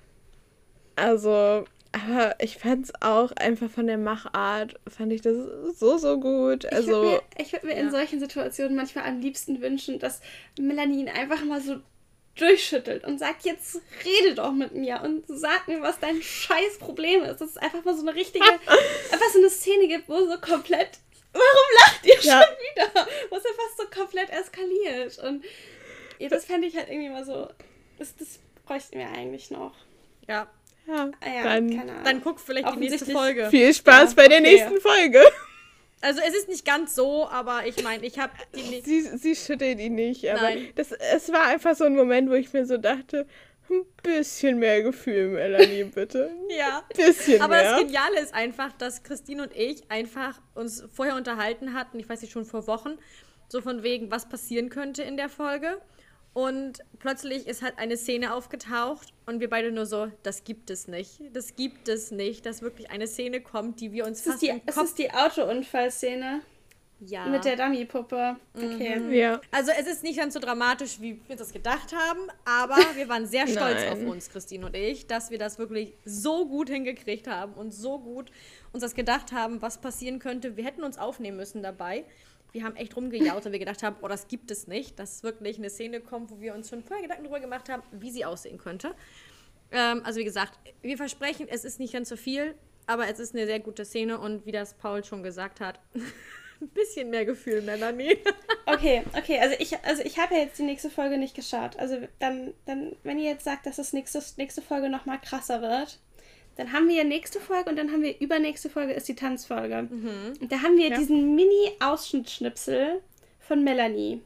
Also, aber ich fand es auch einfach von der Machart, fand ich das so gut. Also, Ich würde mir in solchen Situationen manchmal am liebsten wünschen, dass Melanie ihn einfach mal so durchschüttelt und sagt, jetzt rede doch mit mir und sag mir, was dein scheiß Problem ist. Dass es einfach mal so eine richtige, einfach so eine Szene gibt, wo so komplett, warum lacht ihr Ja. schon wieder? Wo es einfach so komplett eskaliert. Und ja, das fände ich halt irgendwie mal so, das bräuchten wir eigentlich noch. Ja. ja, Ja, dann keine Ahnung. Dann guck vielleicht die nächste Offensichtlich- Folge. viel Spaß Ja, bei der okay. nächsten Folge. Also es ist nicht ganz so, aber ich meine, ich habe die... Sie schüttelt ihn nicht, aber Nein. es war einfach so ein Moment, wo ich mir so dachte, ein bisschen mehr Gefühl, Melanie, bitte. Ja. Ein bisschen Aber mehr. das Geniale ist einfach, dass Christine und ich einfach uns vorher unterhalten hatten, ich weiß nicht, schon vor Wochen, so von wegen, was passieren könnte in der Folge. Und plötzlich ist halt eine Szene aufgetaucht und wir beide nur so, das gibt es nicht. Das gibt es nicht, dass wirklich eine Szene kommt, die wir uns fast im Es Kopf... ist die Autounfallszene Ja. mit der Dummy-Puppe. Okay. Ja. Also es ist nicht ganz so dramatisch, wie wir das gedacht haben, aber wir waren sehr stolz Nein. auf uns, Christine und ich, dass wir das wirklich so gut hingekriegt haben und so gut uns das gedacht haben, was passieren könnte. Wir hätten uns aufnehmen müssen dabei. Wir haben echt rumgejaut, weil wir gedacht haben, oh, das gibt es nicht, dass wirklich eine Szene kommt, wo wir uns schon vorher Gedanken darüber gemacht haben, wie sie aussehen könnte. Also wie gesagt, wir versprechen, es ist nicht ganz so viel, aber es ist eine sehr gute Szene und wie das Paul schon gesagt hat, ein bisschen mehr Gefühl, Melanie. Okay, also ich habe ja jetzt die nächste Folge nicht geschaut. Also dann wenn ihr jetzt sagt, dass das nächste Folge nochmal krasser wird, dann haben wir ja nächste Folge und dann haben wir übernächste Folge ist die Tanzfolge. Und da haben wir diesen Mini-Ausschnittschnipsel von Melanie.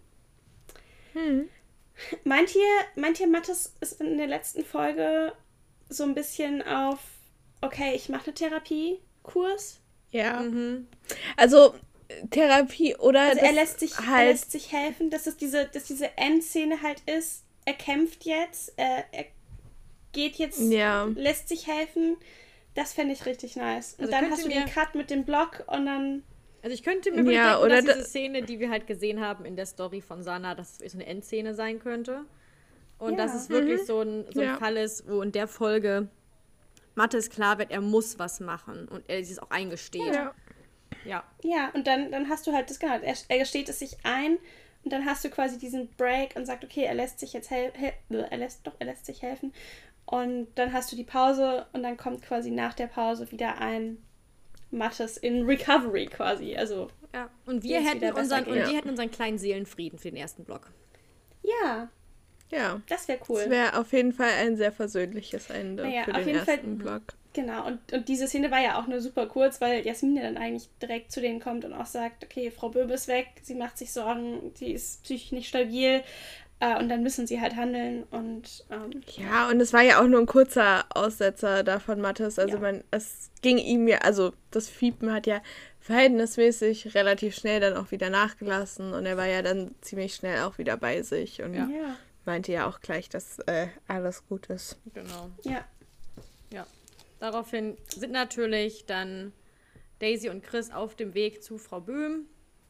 Meint ihr, Mathis ist in der letzten Folge so ein bisschen auf, okay, ich mache eine Therapiekurs? Ja. Also Therapie oder Also das er lässt sich helfen, dass diese Endszene halt ist, er kämpft jetzt, er geht jetzt, Ja. lässt sich helfen. Das fände ich richtig nice. Und Also dann könnte hast du mir- den Cut mit dem Block und dann... Also ich könnte mir wirklich Ja, denken, oder dass da- diese Szene, die wir halt gesehen haben in der Story von Sana, dass es so eine Endszene sein könnte. Und Ja. dass es wirklich so ein Ja. Fall ist, wo in der Folge Mathis klar wird, er muss was machen und er sich auch eingesteht. Ja. Ja. Ja, und dann hast du halt das, genau, er gesteht es sich ein und dann hast du quasi diesen Break und sagt, okay, er lässt sich jetzt er lässt sich helfen. Und dann hast du die Pause und dann kommt quasi nach der Pause wieder ein Mathis in Recovery quasi. Also, Ja. Und wir Jetzt hätten, wieder besser unseren, geht. und wir hätten unseren kleinen Seelenfrieden für den ersten Block. ja, Ja. das wäre cool. Es wäre auf jeden Fall ein sehr versöhnliches Ende Naja, für auf den jeden Fall- ersten Block. Genau, und diese Szene war ja auch nur super kurz, weil Jasmin ja dann eigentlich direkt zu denen kommt und auch sagt, okay, Frau Böbe ist weg, sie macht sich Sorgen, sie ist psychisch nicht stabil und dann müssen sie halt handeln und Ja, und es war ja auch nur ein kurzer Aussetzer da von Mathis. Also Ja. es ging ihm ja, also das Fiepen hat ja verhältnismäßig relativ schnell dann auch wieder nachgelassen und er war ja dann ziemlich schnell auch wieder bei sich und ja. meinte ja auch gleich, dass alles gut ist. Genau. Ja. Ja. Daraufhin sind natürlich dann Daisy und Chris auf dem Weg zu Frau Böhm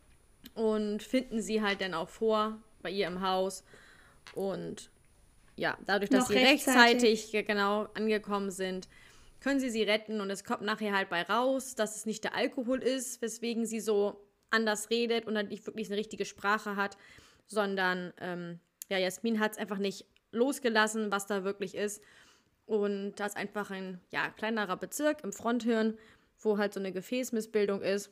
und finden sie halt dann auch vor bei ihr im Haus. Und ja, dadurch, dass Noch sie rechtzeitig genau angekommen sind, können sie retten. Und es kommt nachher halt bei raus, dass es nicht der Alkohol ist, weswegen sie so anders redet und dann nicht wirklich eine richtige Sprache hat, sondern ja, Jasmin hat es einfach nicht losgelassen, was da wirklich ist. Und das ist einfach ein kleinerer Bezirk im Fronthirn, wo halt so eine Gefäßmissbildung ist.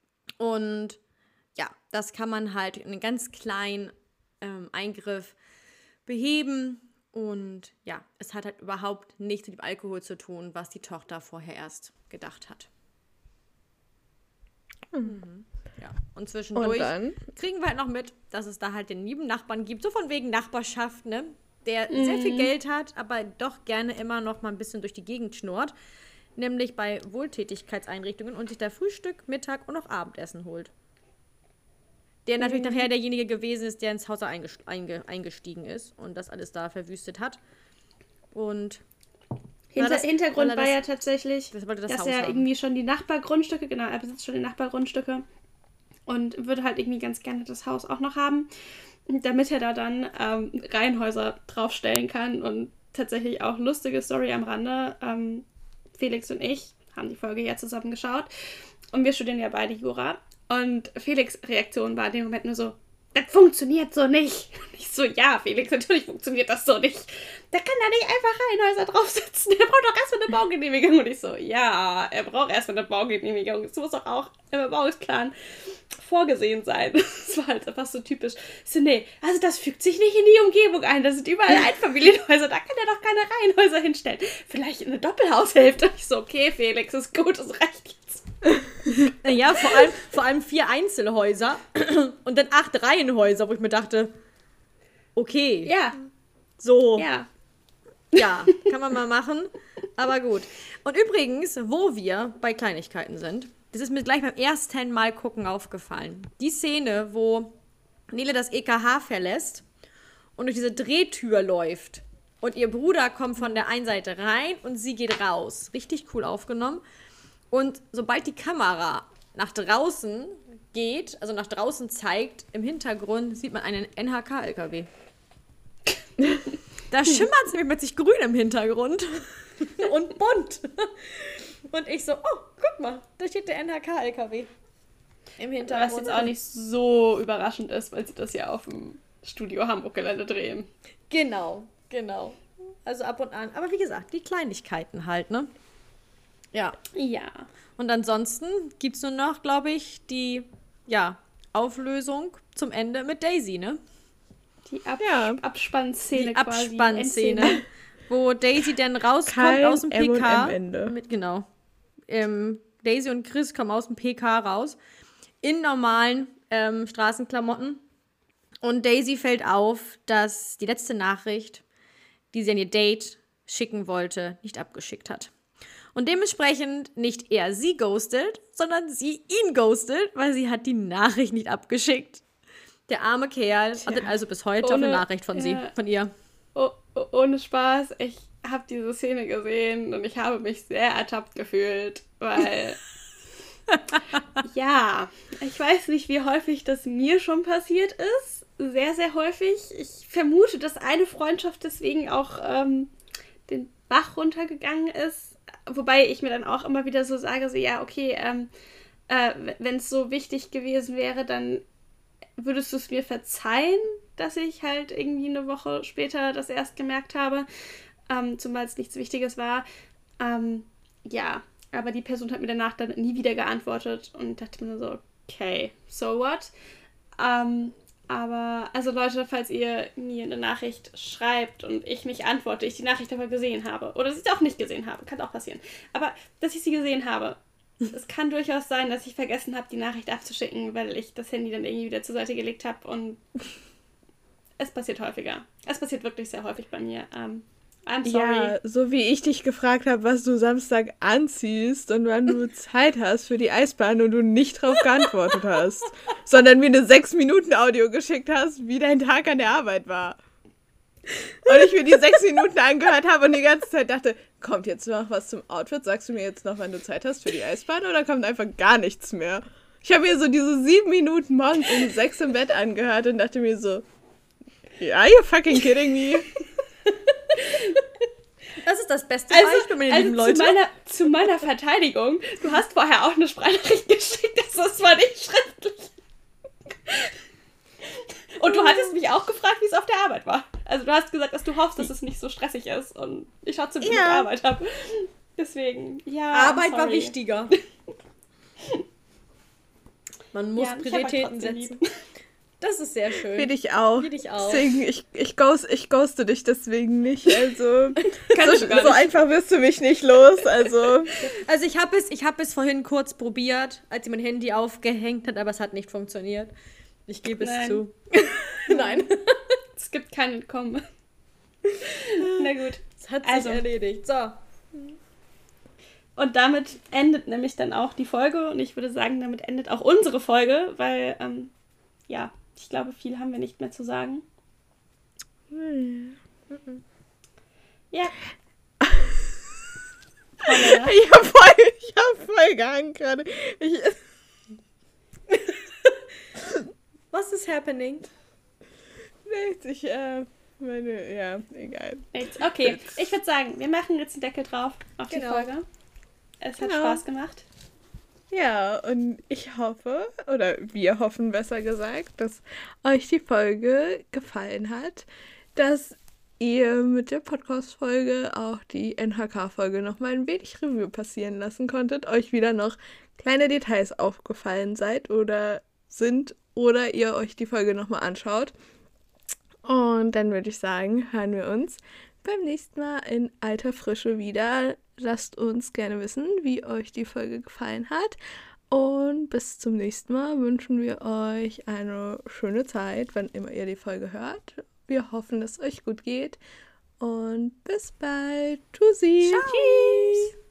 Und ja, das kann man halt in einem ganz kleinen Eingriff beheben. Und ja, es hat halt überhaupt nichts mit dem Alkohol zu tun, was die Tochter vorher erst gedacht hat. Ja, und zwischendurch Und dann? kriegen wir halt noch mit, dass es da halt den lieben Nachbarn gibt, so von wegen Nachbarschaft, ne? der sehr viel Geld hat, aber doch gerne immer noch mal ein bisschen durch die Gegend schnurrt. Nämlich bei Wohltätigkeitseinrichtungen und sich da Frühstück, Mittag und auch Abendessen holt. Der natürlich nachher derjenige gewesen ist, der ins Haus eingestiegen ist und das alles da verwüstet hat. Und Hintergrund war ja tatsächlich, das wollte das dass Haus er haben. irgendwie schon die Nachbargrundstücke, genau, er besitzt schon die Nachbargrundstücke und würde halt irgendwie ganz gerne das Haus auch noch haben, damit er da dann Reihenhäuser draufstellen kann. Und tatsächlich auch lustige Story am Rande, Felix und ich haben die Folge ja zusammen geschaut und wir studieren ja beide Jura und Felix' Reaktion war in dem Moment nur so, das funktioniert so nicht. Und ich so, ja, Felix, natürlich funktioniert das so nicht. Da kann da nicht einfach Reihenhäuser draufsetzen. Der braucht doch erstmal eine Baugenehmigung. Und ich so, ja, er braucht erstmal eine Baugenehmigung. Das muss doch auch im Bebauungsplan vorgesehen sein. Das war halt einfach so typisch. Ich so, nee, also das fügt sich nicht in die Umgebung ein. Das sind überall Einfamilienhäuser. Da kann er doch keine Reihenhäuser hinstellen. Vielleicht eine Doppelhaushälfte. Und ich so, okay, Felix, ist gut, das reicht jetzt. Ja, vor allem 4 Einzelhäuser und dann 8 Reihenhäuser, wo ich mir dachte, okay, Ja, so, ja. ja, kann man mal machen, aber gut. Und übrigens, wo wir bei Kleinigkeiten sind, das ist mir gleich beim ersten Mal gucken aufgefallen. Die Szene, wo Nele das EKH verlässt und durch diese Drehtür läuft und ihr Bruder kommt von der einen Seite rein und sie geht raus. Richtig cool aufgenommen. Und sobald die Kamera nach draußen geht, also nach draußen zeigt, im Hintergrund sieht man einen NHK-LKW. Da schimmert es nämlich plötzlich grün im Hintergrund und bunt. Und ich so, oh, guck mal, da steht der NHK-LKW im Hintergrund. Was jetzt auch nicht so überraschend ist, weil sie das ja auf dem Studio Hamburg-Gelände drehen. Genau. Also ab und an. Aber wie gesagt, die Kleinigkeiten halt, ne? Ja. Ja. Und ansonsten gibt es nur noch, glaube ich, die Auflösung zum Ende mit Daisy, ne? Die Abspannszene Die quasi. Abspannszene, Endszene. wo Daisy dann rauskommt Kein aus dem PK. M&M-Ende. Genau. Daisy und Chris kommen aus dem PK raus. In normalen Straßenklamotten. Und Daisy fällt auf, dass die letzte Nachricht, die sie an ihr Date schicken wollte, nicht abgeschickt hat. Und dementsprechend nicht er sie ghostet, sondern sie ihn ghostet, weil sie hat die Nachricht nicht abgeschickt. Der arme Kerl wartet also bis heute auf eine Nachricht von ihr. Ohne Spaß, ich habe diese Szene gesehen und ich habe mich sehr ertappt gefühlt, weil ja, ich weiß nicht, wie häufig das mir schon passiert ist. Sehr, sehr häufig. Ich vermute, dass eine Freundschaft deswegen auch den Bach runtergegangen ist. Wobei ich mir dann auch immer wieder so sage, so ja, okay, wenn es so wichtig gewesen wäre, dann würdest du es mir verzeihen, dass ich halt irgendwie eine Woche später das erst gemerkt habe, zumal es nichts Wichtiges war. Ja, aber die Person hat mir danach dann nie wieder geantwortet und dachte mir so, okay, so what? Aber, also Leute, falls ihr mir eine Nachricht schreibt und ich nicht antworte, ich die Nachricht aber gesehen habe, oder sie es auch nicht gesehen habe, kann auch passieren, aber dass ich sie gesehen habe, es kann durchaus sein, dass ich vergessen habe, die Nachricht abzuschicken, weil ich das Handy dann irgendwie wieder zur Seite gelegt habe und es passiert häufiger. Es passiert wirklich sehr häufig bei mir. I'm sorry. Ja, so wie ich dich gefragt habe, was du Samstag anziehst und wann du Zeit hast für die Eisbahn und du nicht drauf geantwortet hast, sondern mir eine 6-Minuten-Audio geschickt hast, wie dein Tag an der Arbeit war. Und ich mir die 6 Minuten angehört habe und die ganze Zeit dachte, kommt jetzt noch was zum Outfit? Sagst du mir jetzt noch, wann du Zeit hast für die Eisbahn oder kommt einfach gar nichts mehr? Ich habe mir so diese 7 Minuten morgens um 6 im Bett angehört und dachte mir so, are you fucking kidding me? Das ist das beste Beispiel, meine lieben Leute. Zu meiner Verteidigung, du hast vorher auch eine Sprachnachricht geschickt, das war nicht schriftlich. Und du hattest mich auch gefragt, wie es auf der Arbeit war. Also du hast gesagt, dass du hoffst, dass es nicht so stressig ist und ich trotzdem genug Arbeit habe. Deswegen, ja. Arbeit war wichtiger. Man muss Prioritäten setzen. Lieb. Das ist sehr schön. Will ich auch. Deswegen, ich ghoste dich deswegen nicht. Also, so einfach wirst du mich nicht los. Also ich habe es vorhin kurz probiert, als sie mein Handy aufgehängt hat, aber es hat nicht funktioniert. Ich gebe es zu. Nein. Es gibt kein Entkommen. Na gut. Das hat sich erledigt. So. Und damit endet nämlich dann auch die Folge. Und ich würde sagen, damit endet auch unsere Folge, weil, ja, ich glaube, viel haben wir nicht mehr zu sagen. Ja. Ich hab voll gehangen gerade. Was ist happening? Nichts, ja, egal. Nichts. Okay, ich würde sagen, wir machen jetzt den Deckel drauf auf die Genau. Folge. Es hat Spaß gemacht. Ja, und ich hoffe, oder wir hoffen besser gesagt, dass euch die Folge gefallen hat, dass ihr mit der Podcast-Folge auch die NHK-Folge nochmal ein wenig Revue passieren lassen konntet, euch wieder noch kleine Details aufgefallen sind oder ihr euch die Folge nochmal anschaut. Und dann würde ich sagen, hören wir uns beim nächsten Mal in alter Frische wieder. Lasst uns gerne wissen, wie euch die Folge gefallen hat. Und bis zum nächsten Mal wünschen wir euch eine schöne Zeit, wann immer ihr die Folge hört. Wir hoffen, dass es euch gut geht. Und bis bald. Tschüssi. Tschüss.